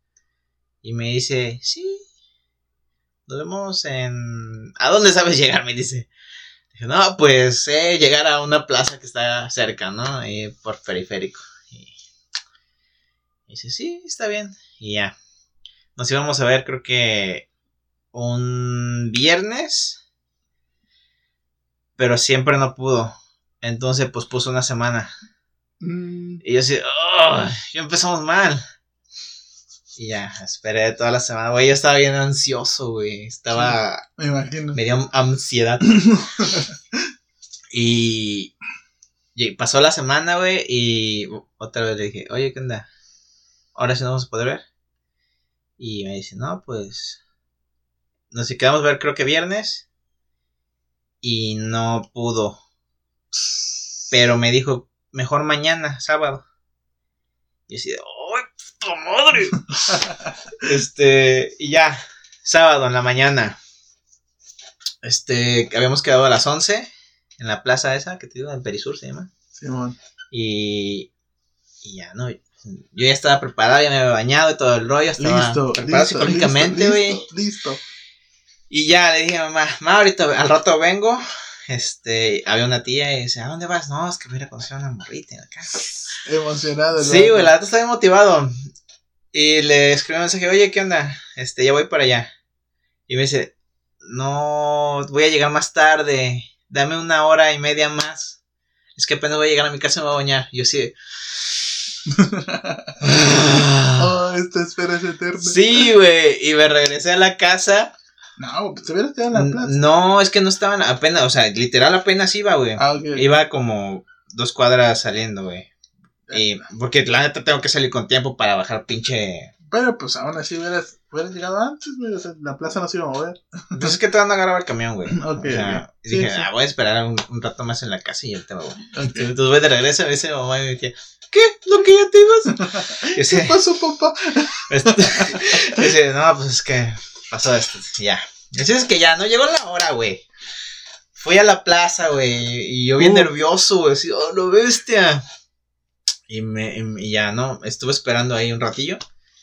Y me dice, sí, nos vemos en... ¿A dónde sabes llegar? Me dice. Dije, no, pues eh, llegar a una plaza que está cerca, ¿no? Y por periférico. Y, y dice, sí, está bien. Y ya. Nos íbamos a ver, creo que un viernes. Pero siempre no pudo. Entonces, pues puso una semana. Mm. Y yo así, oh, ya empezamos mal. Y ya, esperé toda la semana, güey, yo estaba bien ansioso, güey, estaba... Sí, me imagino. Me dio ansiedad. y, y pasó la semana, güey, y otra vez le dije, oye, ¿qué onda? ¿Ahora sí nos vamos a poder ver? Y me dice, no, pues... Nos quedamos a ver creo que viernes. Y no pudo. Pero me dijo, mejor mañana, sábado. Y así de, ¡ay, puta madre! este, y ya, sábado en la mañana. Este, habíamos quedado a las once en la plaza esa que te digo, en Perisur se llama. Sí, man. Y, y ya, no, yo ya estaba preparado, ya me había bañado y todo el rollo. Estaba listo, preparado listo, psicológicamente, güey. Listo, listo. Y ya le dije a mamá, mamá, ahorita al rato vengo. Este, había una tía y dice, ¿a dónde vas? No, es que voy a ir a conocer a una morrita en acá. Emocionado. Sí, güey, la neta estaba bien motivado. Y le escribí un mensaje, oye, ¿qué onda? Este, ya voy para allá. Y me dice, no, voy a llegar más tarde, dame una hora y media más. Es que apenas voy a llegar a mi casa y me voy a bañar. Yo sí. Oh, esta espera es eterna. Sí, güey. Y me regresé a la casa. No, te hubieras quedado en la plaza. No, es que no estaban apenas, o sea, literal apenas iba, güey. Ah, okay, okay. Iba como dos cuadras saliendo, güey. Y porque la neta tengo que salir con tiempo para bajar pinche. Pero pues aún así hubieras, hubieras llegado antes, güey. O sea, la plaza no se iba a mover. Entonces es que te van a agarrar el camión, güey. Okay, o sea, okay. Y dije, Sí, sí. ah, voy a esperar un, un rato más en la casa y ahorita me voy. Okay. Entonces voy de regreso, me dice mi mamá y me decía, ¿qué? ¿Lo que ya te ibas? Y ¿Qué pasó, papá? Este, dice, no, pues es que pasó esto, ya. Así es que ya, no llegó la hora, güey. Fui a la plaza, güey, y yo bien uh. nervioso, güey, así, oh, no bestia. Y, me, y ya, ¿no? Estuve esperando ahí un ratillo.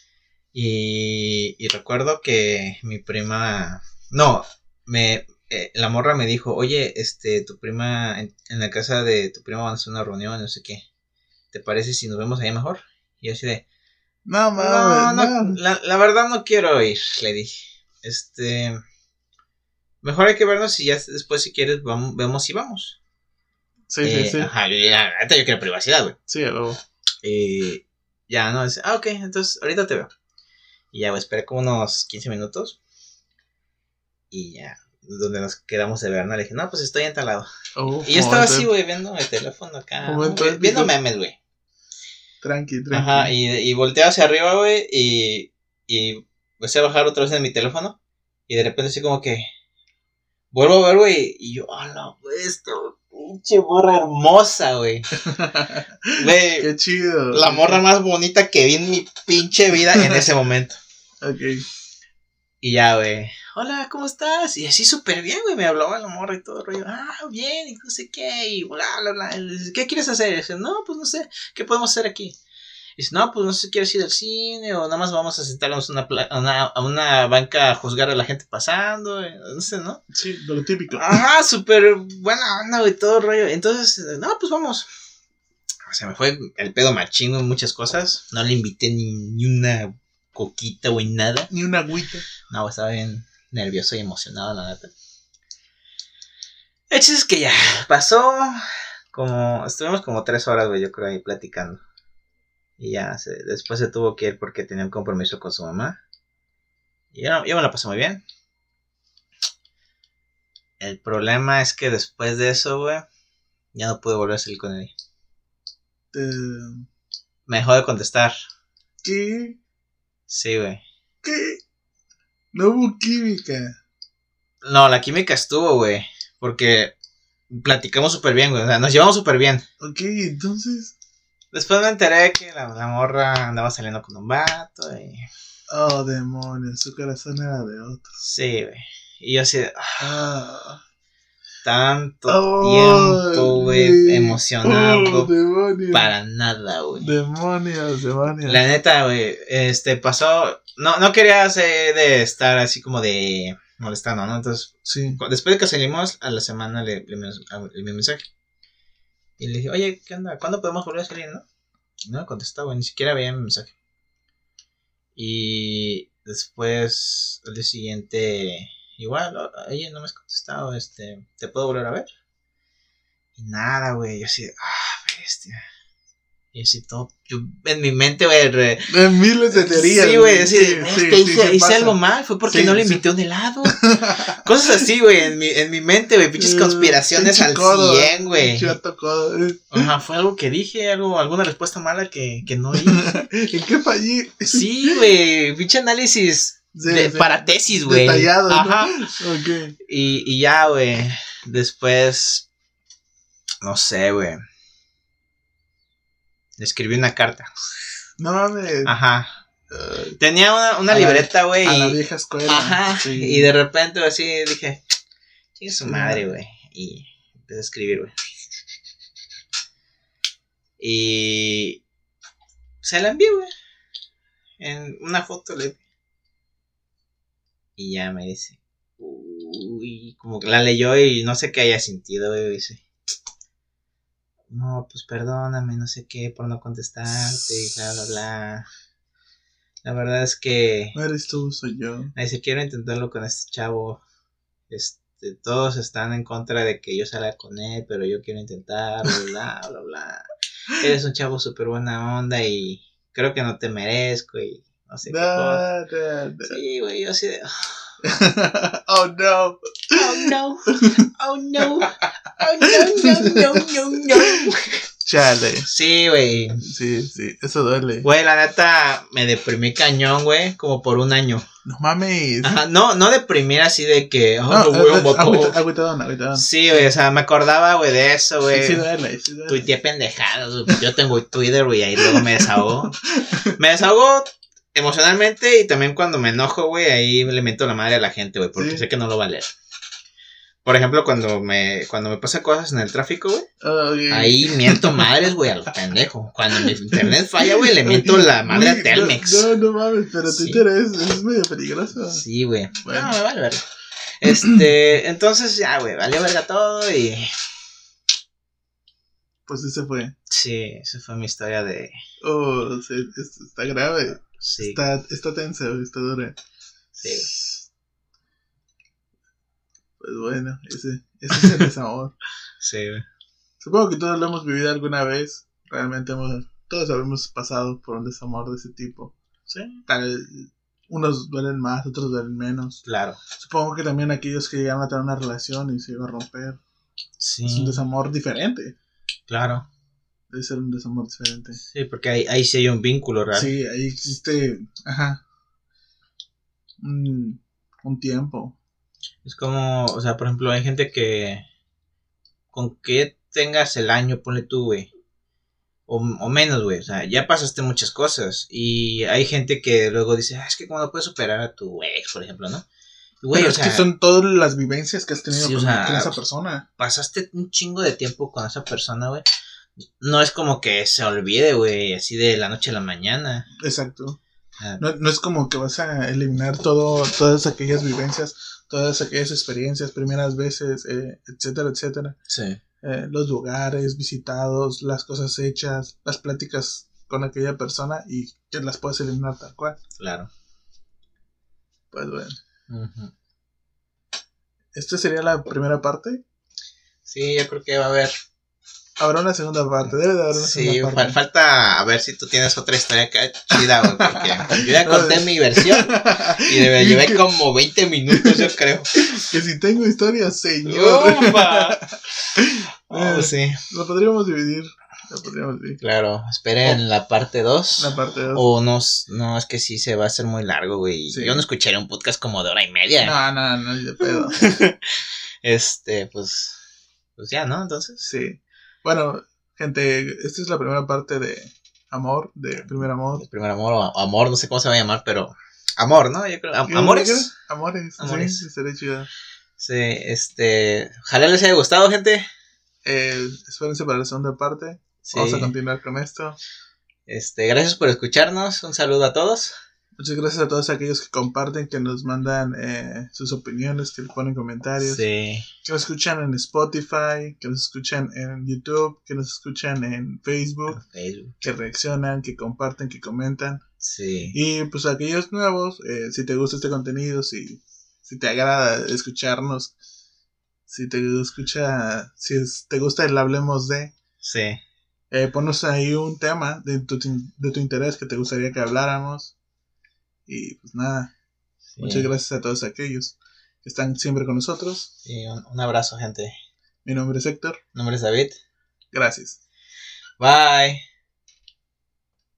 Y, y recuerdo que mi prima, no, me, eh, la morra me dijo, oye, este, tu prima, en, en la casa de tu prima van a hacer una reunión, no sé qué. ¿Te parece si nos vemos ahí mejor? Y yo así de, no, mames, no, no, no. La, la verdad no quiero ir, le dije. Este, mejor hay que vernos y ya después si quieres vamos, vemos y vamos. Sí, eh, sí, sí. Ajá, yo, ya, yo quiero privacidad, güey. Sí, luego. Y ya, no, dice, ah, ok, entonces ahorita te veo. Y ya, güey, esperé como unos quince minutos. Y ya, donde nos quedamos de ver, ¿no? Le dije, no, pues estoy en tal lado. Oh, y yo estaba así, güey, viendo el teléfono acá. ¿no? Viendo memes, güey. Tranqui, tranqui. Ajá, y, y volteé hacia arriba, güey, y, y empecé a bajar otra vez en mi teléfono. Y de repente así como que vuelvo a ver, güey, y yo, ah, no, esta pinche morra hermosa, güey. Güey. Qué chido. La morra más bonita que vi en mi pinche vida en ese momento. Ok. Y ya, güey, hola, ¿cómo estás? Y así súper bien, güey, me hablaba la morra y todo el rollo. Ah, bien, y no sé qué, y bla, bla, bla. ¿Qué quieres hacer? Y dice, no, pues no sé, ¿qué podemos hacer aquí? Y dice, no, pues no sé si quieres ir al cine o nada más vamos a sentarnos a una, pla- a una, a una banca a juzgar a la gente pasando, no sé, ¿no? Sí, lo típico. Ajá, súper buena onda, güey, todo el rollo. Entonces, no, pues vamos. O sea, me fue el pedo machín en muchas cosas. No le invité ni, ni una coquita, güey, nada. Ni una agüita. No, estaba bien nervioso y emocionado, la neta. El chiste es que ya pasó como, estuvimos como tres horas, güey, yo creo, ahí platicando. Y ya, se, después se tuvo que ir porque tenía un compromiso con su mamá. Y yo, yo me la pasé muy bien. El problema es que después de eso, güey, ya no pude volver a salir con él. Uh, Me dejó de contestar. ¿Qué? Sí, güey. ¿Qué? No hubo química. No, la química estuvo, güey. Porque platicamos súper bien, güey. O sea, nos llevamos súper bien. Ok, entonces. Después me enteré que la, la morra andaba saliendo con un vato y... Oh, demonios, su corazón era de otro. Sí, güey. Y yo así de... Ah. Tanto Oh, tiempo, güey, sí. emocionado. Oh, demonios. Para nada, güey. Demonios, demonios. La neta, güey, este, pasó... No, no quería hacer de estar así como de molestando, ¿no? Entonces, sí. Después de que salimos, a la semana le le envié un mensaje. Y le dije, oye, ¿qué onda? ¿Cuándo podemos volver a salir, no? No me contestó, güey, ni siquiera veía mi mensaje. Y después, al día siguiente, igual, oye, no me has contestado, este, ¿te puedo volver a ver? Y nada, güey, yo así, ah, bestia. Y así todo, yo en mi mente, güey, re... de miles de teorías. Sí, güey, así, sí, de, sí, hice, sí, sí, hice algo mal, fue porque sí, no le sí. invité un helado. Cosas así, güey, en mi, en mi mente, güey, pinches conspiraciones al cien, güey. Ajá, fue algo que dije, algo, alguna respuesta mala que, que no hice. ¿En qué fallé? Sí, güey, pinche análisis sí, de, sí. para tesis, güey. Detallado, ajá. ¿no? Okay. Y, y ya, güey, después, no sé, güey. Le escribí una carta. No mames. Ajá. Uh, Tenía una, una libreta, güey. A y... la vieja escuela. Ajá. Sí. Y de repente, así dije, chingue su madre, güey. Y empecé a escribir, güey. Y se la envié, güey. En una foto le. Y ya me dice, uy, como que la leyó y no sé qué haya sentido, güey. Dice, no, pues perdóname, no sé qué, por no contestarte y bla, bla, bla. La verdad es que... No eres tú, soy yo. Me dice, quiero intentarlo con este chavo. Este, todos están en contra de que yo salga con él, pero yo quiero intentar, bla, bla, bla, bla. Eres un chavo súper buena onda y creo que no te merezco y no sé qué cosa. Da, da, da. Sí, güey, yo así de... Oh no. Oh no, oh no, oh no, no, no, no, no. Chale. Sí, güey. Sí, sí, eso duele. Güey, la neta, me deprimí cañón, güey, como por un año. No mames. Ajá, no, no deprimir así de que, oh, No, me voy a eh, matar. agüita- agüitadón, agüitadón. Sí, güey, o sea, me acordaba, güey, de eso, güey. Sí, sí duele, sí duele. Tuiteé pendejadas, güey. Yo tengo Twitter, güey, ahí luego me desahogo. Me desahogo emocionalmente y también cuando me enojo, güey, ahí le meto la madre a la gente, güey, porque Sí. sé que no lo va a leer. Por ejemplo, cuando me cuando me pasan cosas en el tráfico, güey, Okay. ahí miento madres, güey, a los pendejos. Cuando mi internet falla, güey, le miento la madre a Telmex. No, no, no mames, pero Sí. Twitter es, es medio peligroso. Sí, güey. Bueno. No, me vale verga. Este, entonces ya, güey, valió verga todo y... Pues ese fue. Sí, esa fue mi historia de... Oh, sí, es- está grave. Sí, Está, está tenso, está dura. sí, güey. Pues bueno, ese, ese es el desamor. Sí, güey. Supongo que todos lo hemos vivido alguna vez. Realmente hemos, todos habemos pasado por un desamor de ese tipo. Sí, Tal, unos duelen más, otros duelen menos. claro. Supongo que también aquellos que llegan a tener una relación y se iba a romper. Sí, Es un desamor diferente. claro. Debe ser un desamor diferente. Sí, porque ahí, ahí sí hay un vínculo real. Sí, ahí existe, ajá, un, un tiempo. Es como, o sea, por ejemplo, hay gente que con que tengas el año, ponle tú, güey, o, o menos, güey, o sea, ya pasaste muchas cosas y hay gente que luego dice, ah, es que cómo no puedes superar a tu ex, por ejemplo, ¿no? Y, güey, Pero o es sea, que son todas las vivencias que has tenido sí, o con, sea, con esa persona. pasaste un chingo de tiempo con esa persona, güey. No es como que se olvide, güey, así de la noche a la mañana. Exacto. Ah, No, no es como que vas a eliminar todo, todas aquellas vivencias, todas aquellas experiencias, primeras veces, eh, etcétera, etcétera. sí, Eh, los lugares visitados, las cosas hechas, las pláticas con aquella persona y que las puedes eliminar tal cual. claro. Pues bueno, Ujú. esta sería la primera parte. Sí, yo creo que va a haber. Habrá una segunda parte, debe de haber una Sí, segunda fal- parte. falta a ver si tú tienes otra historia acá chida, güey, porque yo ya conté mi versión y me Y llevé que- como veinte minutos, yo creo. Que si tengo historia, señor. ¡Ufa! Oh, Eh, sí, Lo podríamos dividir. Lo podríamos dividir. claro. Esperen la parte dos. La parte dos. O no, s- no, es que sí se va a hacer muy largo, güey. Sí. Yo no escucharé un podcast como de hora y media. No, no, no, ni de pedo. Este, pues, pues ya, ¿no? Entonces, Sí. Bueno, gente, esta es la primera parte de Amor, de Primer Amor. el primer amor o amor, no sé cómo se va a llamar, pero amor, ¿no? Yo creo, am- ¿Qué- amores. qué? Amores. Amores. Sí, estaría chido. Sí, este, ojalá les haya gustado, gente. Eh, espérense para la segunda parte. Sí. Vamos a continuar con esto. Este, gracias por escucharnos. Un saludo a todos. Muchas gracias a todos aquellos que comparten, que nos mandan eh, sus opiniones, que le ponen comentarios. Sí, Que nos escuchan en Spotify, que nos escuchan en YouTube, que nos escuchan en Facebook, Facebook. que reaccionan, que comparten, que comentan. Sí, Y pues aquellos nuevos, eh, si te gusta este contenido, si, si te agrada escucharnos, si te escucha, si es- te gusta el Hablemos de, sí. eh, ponnos ahí un tema de tu, de tu interés que te gustaría que habláramos. Y pues nada, Sí. muchas gracias a todos aquellos que están siempre con nosotros. Sí, un, un abrazo, gente. Mi nombre es Héctor, Mi nombre es David. gracias. Bye.